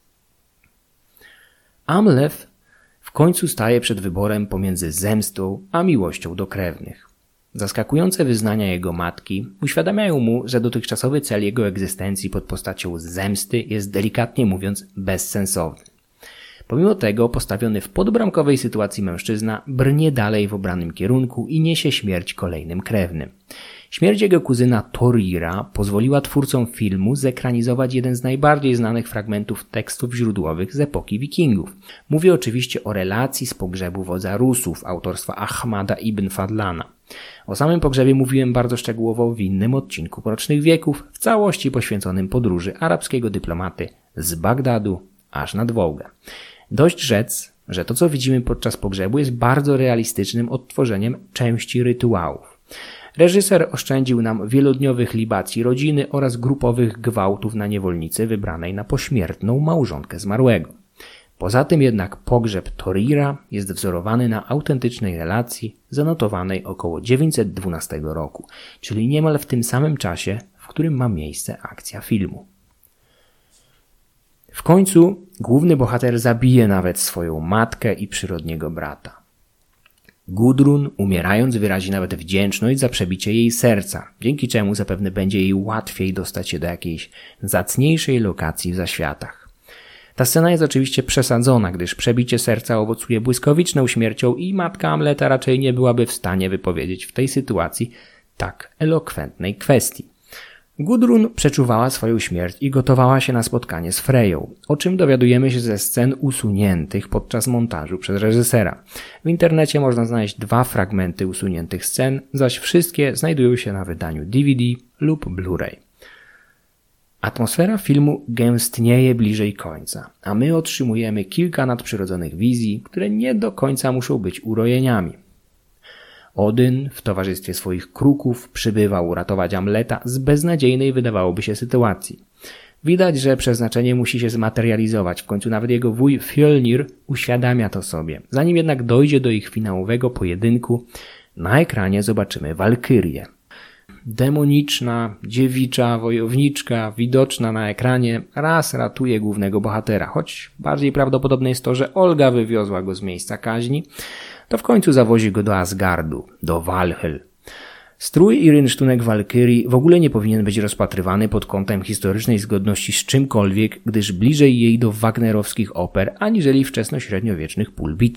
Amleth w końcu staje przed wyborem pomiędzy zemstą a miłością do krewnych. Zaskakujące wyznania jego matki uświadamiają mu, że dotychczasowy cel jego egzystencji pod postacią zemsty jest delikatnie mówiąc bezsensowny. Pomimo tego postawiony w podbramkowej sytuacji mężczyzna brnie dalej w obranym kierunku i niesie śmierć kolejnym krewnym. Śmierć jego kuzyna Thorira pozwoliła twórcom filmu zekranizować jeden z najbardziej znanych fragmentów tekstów źródłowych z epoki Wikingów. Mówię oczywiście o relacji z pogrzebu wodza Rusów autorstwa Ahmada ibn Fadlana. O samym pogrzebie mówiłem bardzo szczegółowo w innym odcinku Mrocznych Wieków, w całości poświęconym podróży arabskiego dyplomaty z Bagdadu aż nad Wołgę. Dość rzec, że to co widzimy podczas pogrzebu jest bardzo realistycznym odtworzeniem części rytuałów. Reżyser oszczędził nam wielodniowych libacji rodziny oraz grupowych gwałtów na niewolnicy wybranej na pośmiertną małżonkę zmarłego. Poza tym jednak pogrzeb Thorira jest wzorowany na autentycznej relacji zanotowanej około 912 roku, czyli niemal w tym samym czasie, w którym ma miejsce akcja filmu. W końcu główny bohater zabije nawet swoją matkę i przyrodniego brata. Gudrun, umierając, wyrazi nawet wdzięczność za przebicie jej serca, dzięki czemu zapewne będzie jej łatwiej dostać się do jakiejś zacniejszej lokacji w zaświatach. Ta scena jest oczywiście przesadzona, gdyż przebicie serca owocuje błyskawiczną śmiercią i matka Hamleta raczej nie byłaby w stanie wypowiedzieć w tej sytuacji tak elokwentnej kwestii. Gudrun przeczuwała swoją śmierć i gotowała się na spotkanie z Freją, o czym dowiadujemy się ze scen usuniętych podczas montażu przez reżysera. W internecie można znaleźć 2 fragmenty usuniętych scen, zaś wszystkie znajdują się na wydaniu DVD lub Blu-ray. Atmosfera filmu gęstnieje bliżej końca, a my otrzymujemy kilka nadprzyrodzonych wizji, które nie do końca muszą być urojeniami. Odyn w towarzystwie swoich kruków przybywał uratować Hamleta z beznadziejnej wydawałoby się sytuacji. Widać, że przeznaczenie musi się zmaterializować, w końcu nawet jego wuj Fjölnir uświadamia to sobie. Zanim jednak dojdzie do ich finałowego pojedynku, na ekranie zobaczymy Walkyrię. Demoniczna, dziewicza wojowniczka, widoczna na ekranie, raz ratuje głównego bohatera, choć bardziej prawdopodobne jest to, że Olga wywiozła go z miejsca kaźni, to w końcu zawozi go do Asgardu, do Valhall. Strój i rynsztunek Walkyrii w ogóle nie powinien być rozpatrywany pod kątem historycznej zgodności z czymkolwiek, gdyż bliżej jej do wagnerowskich oper, aniżeli wczesnośredniowiecznych pól bitew.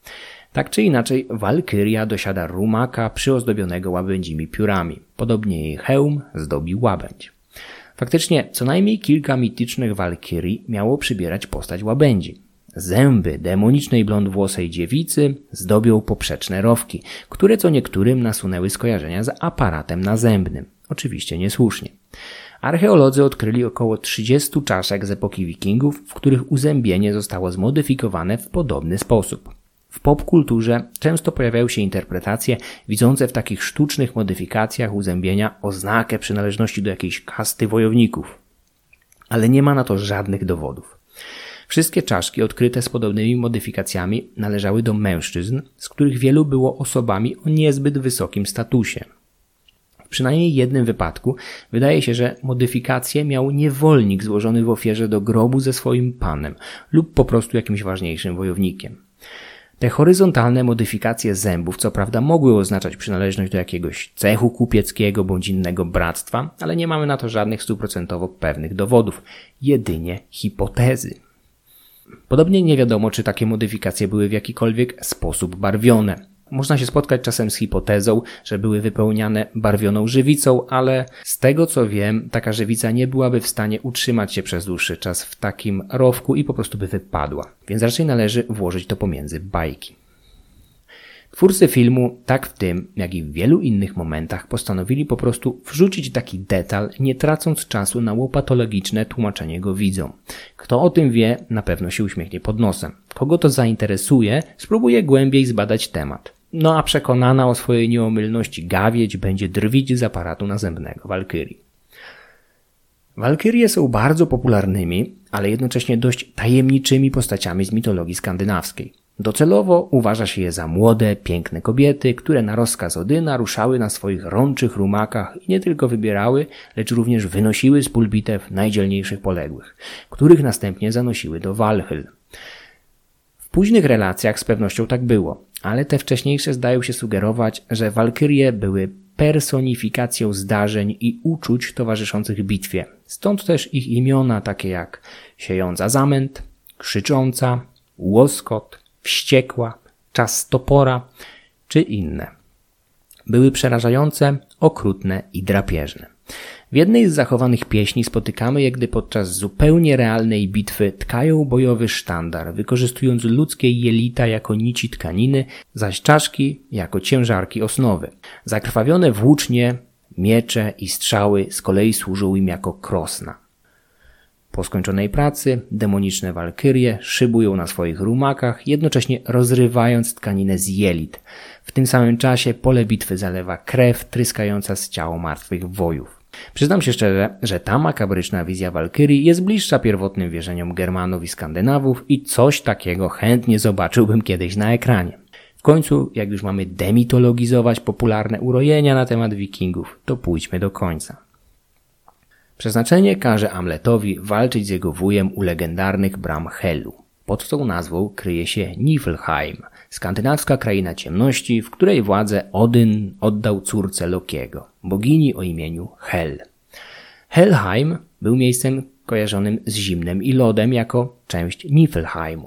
Tak czy inaczej, walkyria dosiada rumaka przyozdobionego łabędzimi piórami. Podobnie jej hełm zdobił łabędź. Faktycznie co najmniej kilka mitycznych walkyrii miało przybierać postać łabędzi. Zęby demonicznej blondwłosej dziewicy zdobią poprzeczne rowki, które co niektórym nasunęły skojarzenia z aparatem nazębnym. Oczywiście niesłusznie. Archeolodzy odkryli około 30 czaszek z epoki wikingów, w których uzębienie zostało zmodyfikowane w podobny sposób. W popkulturze często pojawiają się interpretacje widzące w takich sztucznych modyfikacjach uzębienia oznakę przynależności do jakiejś kasty wojowników. Ale nie ma na to żadnych dowodów. Wszystkie czaszki odkryte z podobnymi modyfikacjami należały do mężczyzn, z których wielu było osobami o niezbyt wysokim statusie. W przynajmniej jednym wypadku wydaje się, że modyfikację miał niewolnik złożony w ofierze do grobu ze swoim panem lub po prostu jakimś ważniejszym wojownikiem. Te horyzontalne modyfikacje zębów co prawda mogły oznaczać przynależność do jakiegoś cechu kupieckiego bądź innego bractwa, ale nie mamy na to żadnych 100% pewnych dowodów, jedynie hipotezy. Podobnie nie wiadomo, czy takie modyfikacje były w jakikolwiek sposób barwione. Można się spotkać czasem z hipotezą, że były wypełniane barwioną żywicą, ale z tego co wiem, taka żywica nie byłaby w stanie utrzymać się przez dłuższy czas w takim rowku i po prostu by wypadła. Więc raczej należy włożyć to pomiędzy bajki. Twórcy filmu, tak w tym, jak i w wielu innych momentach, postanowili po prostu wrzucić taki detal, nie tracąc czasu na łopatologiczne tłumaczenie go widzom. Kto o tym wie, na pewno się uśmiechnie pod nosem. Kogo to zainteresuje, spróbuje głębiej zbadać temat. No a przekonana o swojej nieomylności gawieć będzie drwić z aparatu nazębnego walkyrii. Walkyrie są bardzo popularnymi, ale jednocześnie dość tajemniczymi postaciami z mitologii skandynawskiej. Docelowo uważa się je za młode, piękne kobiety, które na rozkaz Odyna ruszały na swoich rączych rumakach i nie tylko wybierały, lecz również wynosiły z pól bitew najdzielniejszych poległych, których następnie zanosiły do Walhyl. W późnych relacjach z pewnością tak było, ale te wcześniejsze zdają się sugerować, że walkyrie były personifikacją zdarzeń i uczuć towarzyszących bitwie. Stąd też ich imiona takie jak siejąca zamęt, krzycząca, łoskot, wściekła, czas topora czy inne. Były przerażające, okrutne i drapieżne. W jednej z zachowanych pieśni spotykamy je, gdy podczas zupełnie realnej bitwy tkają bojowy sztandar, wykorzystując ludzkie jelita jako nici tkaniny, zaś czaszki jako ciężarki osnowy. Zakrwawione włócznie, miecze i strzały z kolei służą im jako krosna. Po skończonej pracy demoniczne walkyrie szybują na swoich rumakach, jednocześnie rozrywając tkaninę z jelit. W tym samym czasie pole bitwy zalewa krew tryskająca z ciał martwych wojów. Przyznam się szczerze, że ta makabryczna wizja walkyrii jest bliższa pierwotnym wierzeniom Germanów i Skandynawów i coś takiego chętnie zobaczyłbym kiedyś na ekranie. W końcu, jak już mamy demitologizować popularne urojenia na temat wikingów, to pójdźmy do końca. Przeznaczenie każe Amletowi walczyć z jego wujem u legendarnych bram Helu. Pod tą nazwą kryje się Niflheim, skandynawska kraina ciemności, w której władzę Odyn oddał córce Lokiego, bogini o imieniu Hel. Helheim był miejscem kojarzonym z zimnem i lodem jako część Niflheimu.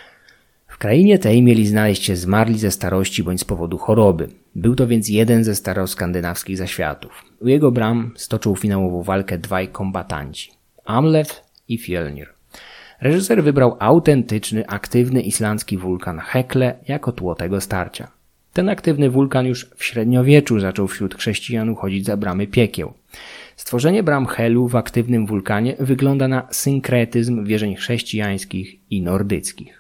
W krainie tej mieli znaleźć się zmarli ze starości bądź z powodu choroby. Był to więc jeden ze staroskandynawskich zaświatów. U jego bram stoczył finałową walkę dwaj kombatanci – Amleth i Fjölnir. Reżyser wybrał autentyczny, aktywny islandzki wulkan Hekle jako tło tego starcia. Ten aktywny wulkan już w średniowieczu zaczął wśród chrześcijan uchodzić za bramy piekieł. Stworzenie bram Helu w aktywnym wulkanie wygląda na synkretyzm wierzeń chrześcijańskich i nordyckich.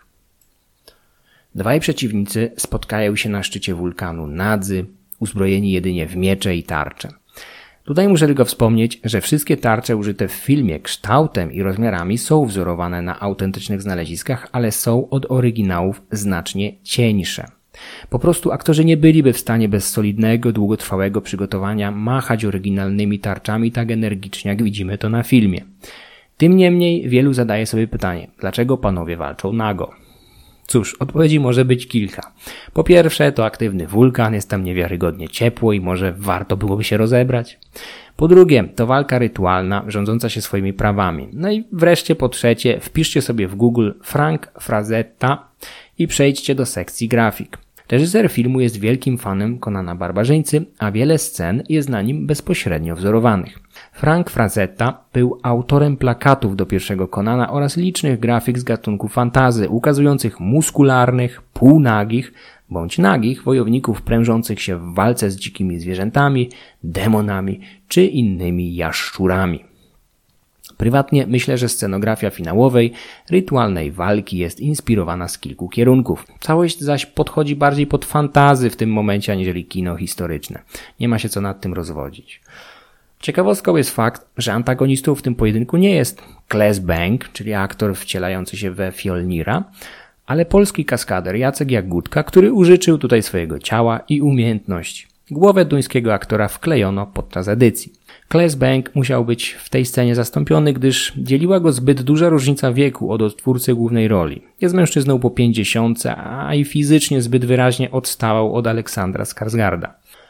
Dwaj przeciwnicy spotkają się na szczycie wulkanu nadzy, uzbrojeni jedynie w miecze i tarcze. Tutaj muszę tylko wspomnieć, że wszystkie tarcze użyte w filmie kształtem i rozmiarami są wzorowane na autentycznych znaleziskach, ale są od oryginałów znacznie cieńsze. Po prostu aktorzy nie byliby w stanie bez solidnego, długotrwałego przygotowania machać oryginalnymi tarczami tak energicznie, jak widzimy to na filmie. Tym niemniej wielu zadaje sobie pytanie, dlaczego panowie walczą nago? Cóż, odpowiedzi może być kilka. Po pierwsze, to aktywny wulkan, jest tam niewiarygodnie ciepło i może warto byłoby się rozebrać. Po drugie, to walka rytualna, rządząca się swoimi prawami. No i wreszcie po trzecie, wpiszcie sobie w Google Frank Frazetta i przejdźcie do sekcji grafik. Reżyser filmu jest wielkim fanem Conana Barbarzyńcy, a wiele scen jest na nim bezpośrednio wzorowanych. Frank Frazetta był autorem plakatów do pierwszego Conana oraz licznych grafik z gatunku fantasy, ukazujących muskularnych, półnagich bądź nagich wojowników prężących się w walce z dzikimi zwierzętami, demonami czy innymi jaszczurami. Prywatnie myślę, że scenografia finałowej, rytualnej walki jest inspirowana z kilku kierunków. Całość zaś podchodzi bardziej pod fantazy w tym momencie aniżeli kino historyczne. Nie ma się co nad tym rozwodzić. Ciekawostką jest fakt, że antagonistą w tym pojedynku nie jest Claes Bang, czyli aktor wcielający się we Fjolnira, ale polski kaskader Jacek Jagódka, który użyczył tutaj swojego ciała i umiejętności. Głowę duńskiego aktora wklejono podczas edycji. Claes Bang musiał być w tej scenie zastąpiony, gdyż dzieliła go zbyt duża różnica wieku od odtwórcy głównej roli. Jest mężczyzną po 50, a i fizycznie zbyt wyraźnie odstawał od Aleksandra Skarsgarda.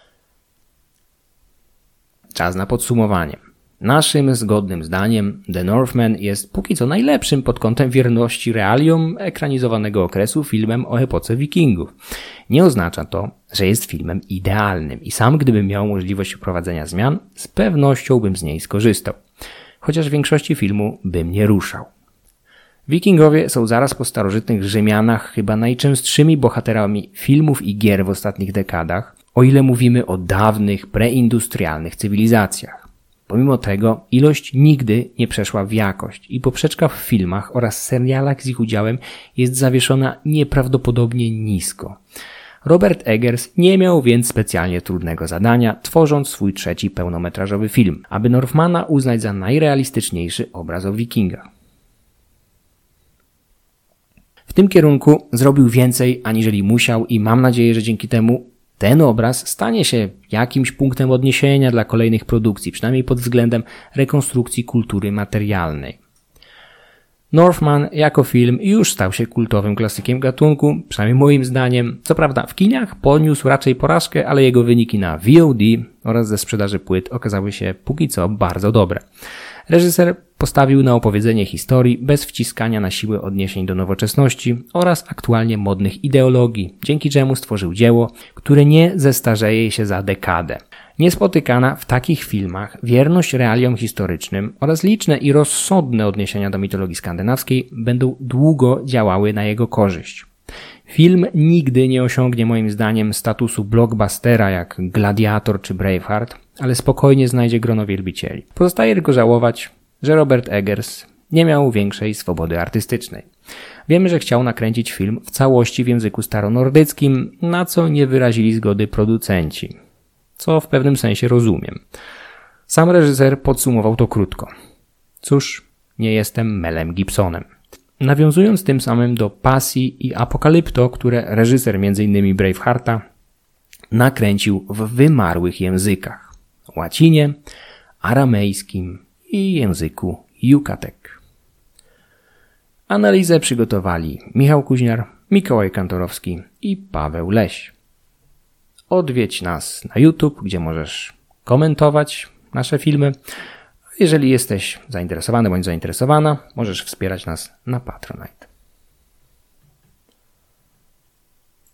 Czas na podsumowanie. Naszym zgodnym zdaniem The Northman jest póki co najlepszym pod kątem wierności realiom ekranizowanego okresu filmem o epoce wikingów. Nie oznacza to, że jest filmem idealnym i sam gdybym miał możliwość wprowadzenia zmian, z pewnością bym z niej skorzystał. Chociaż w większości filmu bym nie ruszał. Wikingowie są zaraz po starożytnych Rzymianach chyba najczęstszymi bohaterami filmów i gier w ostatnich dekadach, o ile mówimy o dawnych, preindustrialnych cywilizacjach. Pomimo tego ilość nigdy nie przeszła w jakość i poprzeczka w filmach oraz serialach z ich udziałem jest zawieszona nieprawdopodobnie nisko. Robert Eggers nie miał więc specjalnie trudnego zadania, tworząc swój trzeci pełnometrażowy film, aby Northmana uznać za najrealistyczniejszy obraz o wikingach. W tym kierunku zrobił więcej aniżeli musiał i mam nadzieję, że dzięki temu ten obraz stanie się jakimś punktem odniesienia dla kolejnych produkcji, przynajmniej pod względem rekonstrukcji kultury materialnej. Northman jako film już stał się kultowym klasykiem gatunku, przynajmniej moim zdaniem. Co prawda w kinach poniósł raczej porażkę, ale jego wyniki na VOD oraz ze sprzedaży płyt okazały się póki co bardzo dobre. Reżyser postawił na opowiedzenie historii bez wciskania na siłę odniesień do nowoczesności oraz aktualnie modnych ideologii, dzięki czemu stworzył dzieło, które nie zestarzeje się za dekadę. Niespotykana w takich filmach wierność realiom historycznym oraz liczne i rozsądne odniesienia do mitologii skandynawskiej będą długo działały na jego korzyść. Film nigdy nie osiągnie moim zdaniem statusu blockbustera jak Gladiator czy Braveheart, ale spokojnie znajdzie grono wielbicieli. Pozostaje tylko żałować, że Robert Eggers nie miał większej swobody artystycznej. Wiemy, że chciał nakręcić film w całości w języku staronordyckim, na co nie wyrazili zgody producenci. Co w pewnym sensie rozumiem. Sam reżyser podsumował to krótko. Cóż, nie jestem Melem Gibsonem. Nawiązując tym samym do Pasji i Apokalypto, które reżyser m.in. Bravehearta nakręcił w wymarłych językach. Łacinie, aramejskim i języku Yukatek. Analizę przygotowali Michał Kuźniar, Mikołaj Kantorowski i Paweł Leś. Odwiedź nas na YouTube, gdzie możesz komentować nasze filmy. Jeżeli jesteś zainteresowany bądź zainteresowana, możesz wspierać nas na Patronite.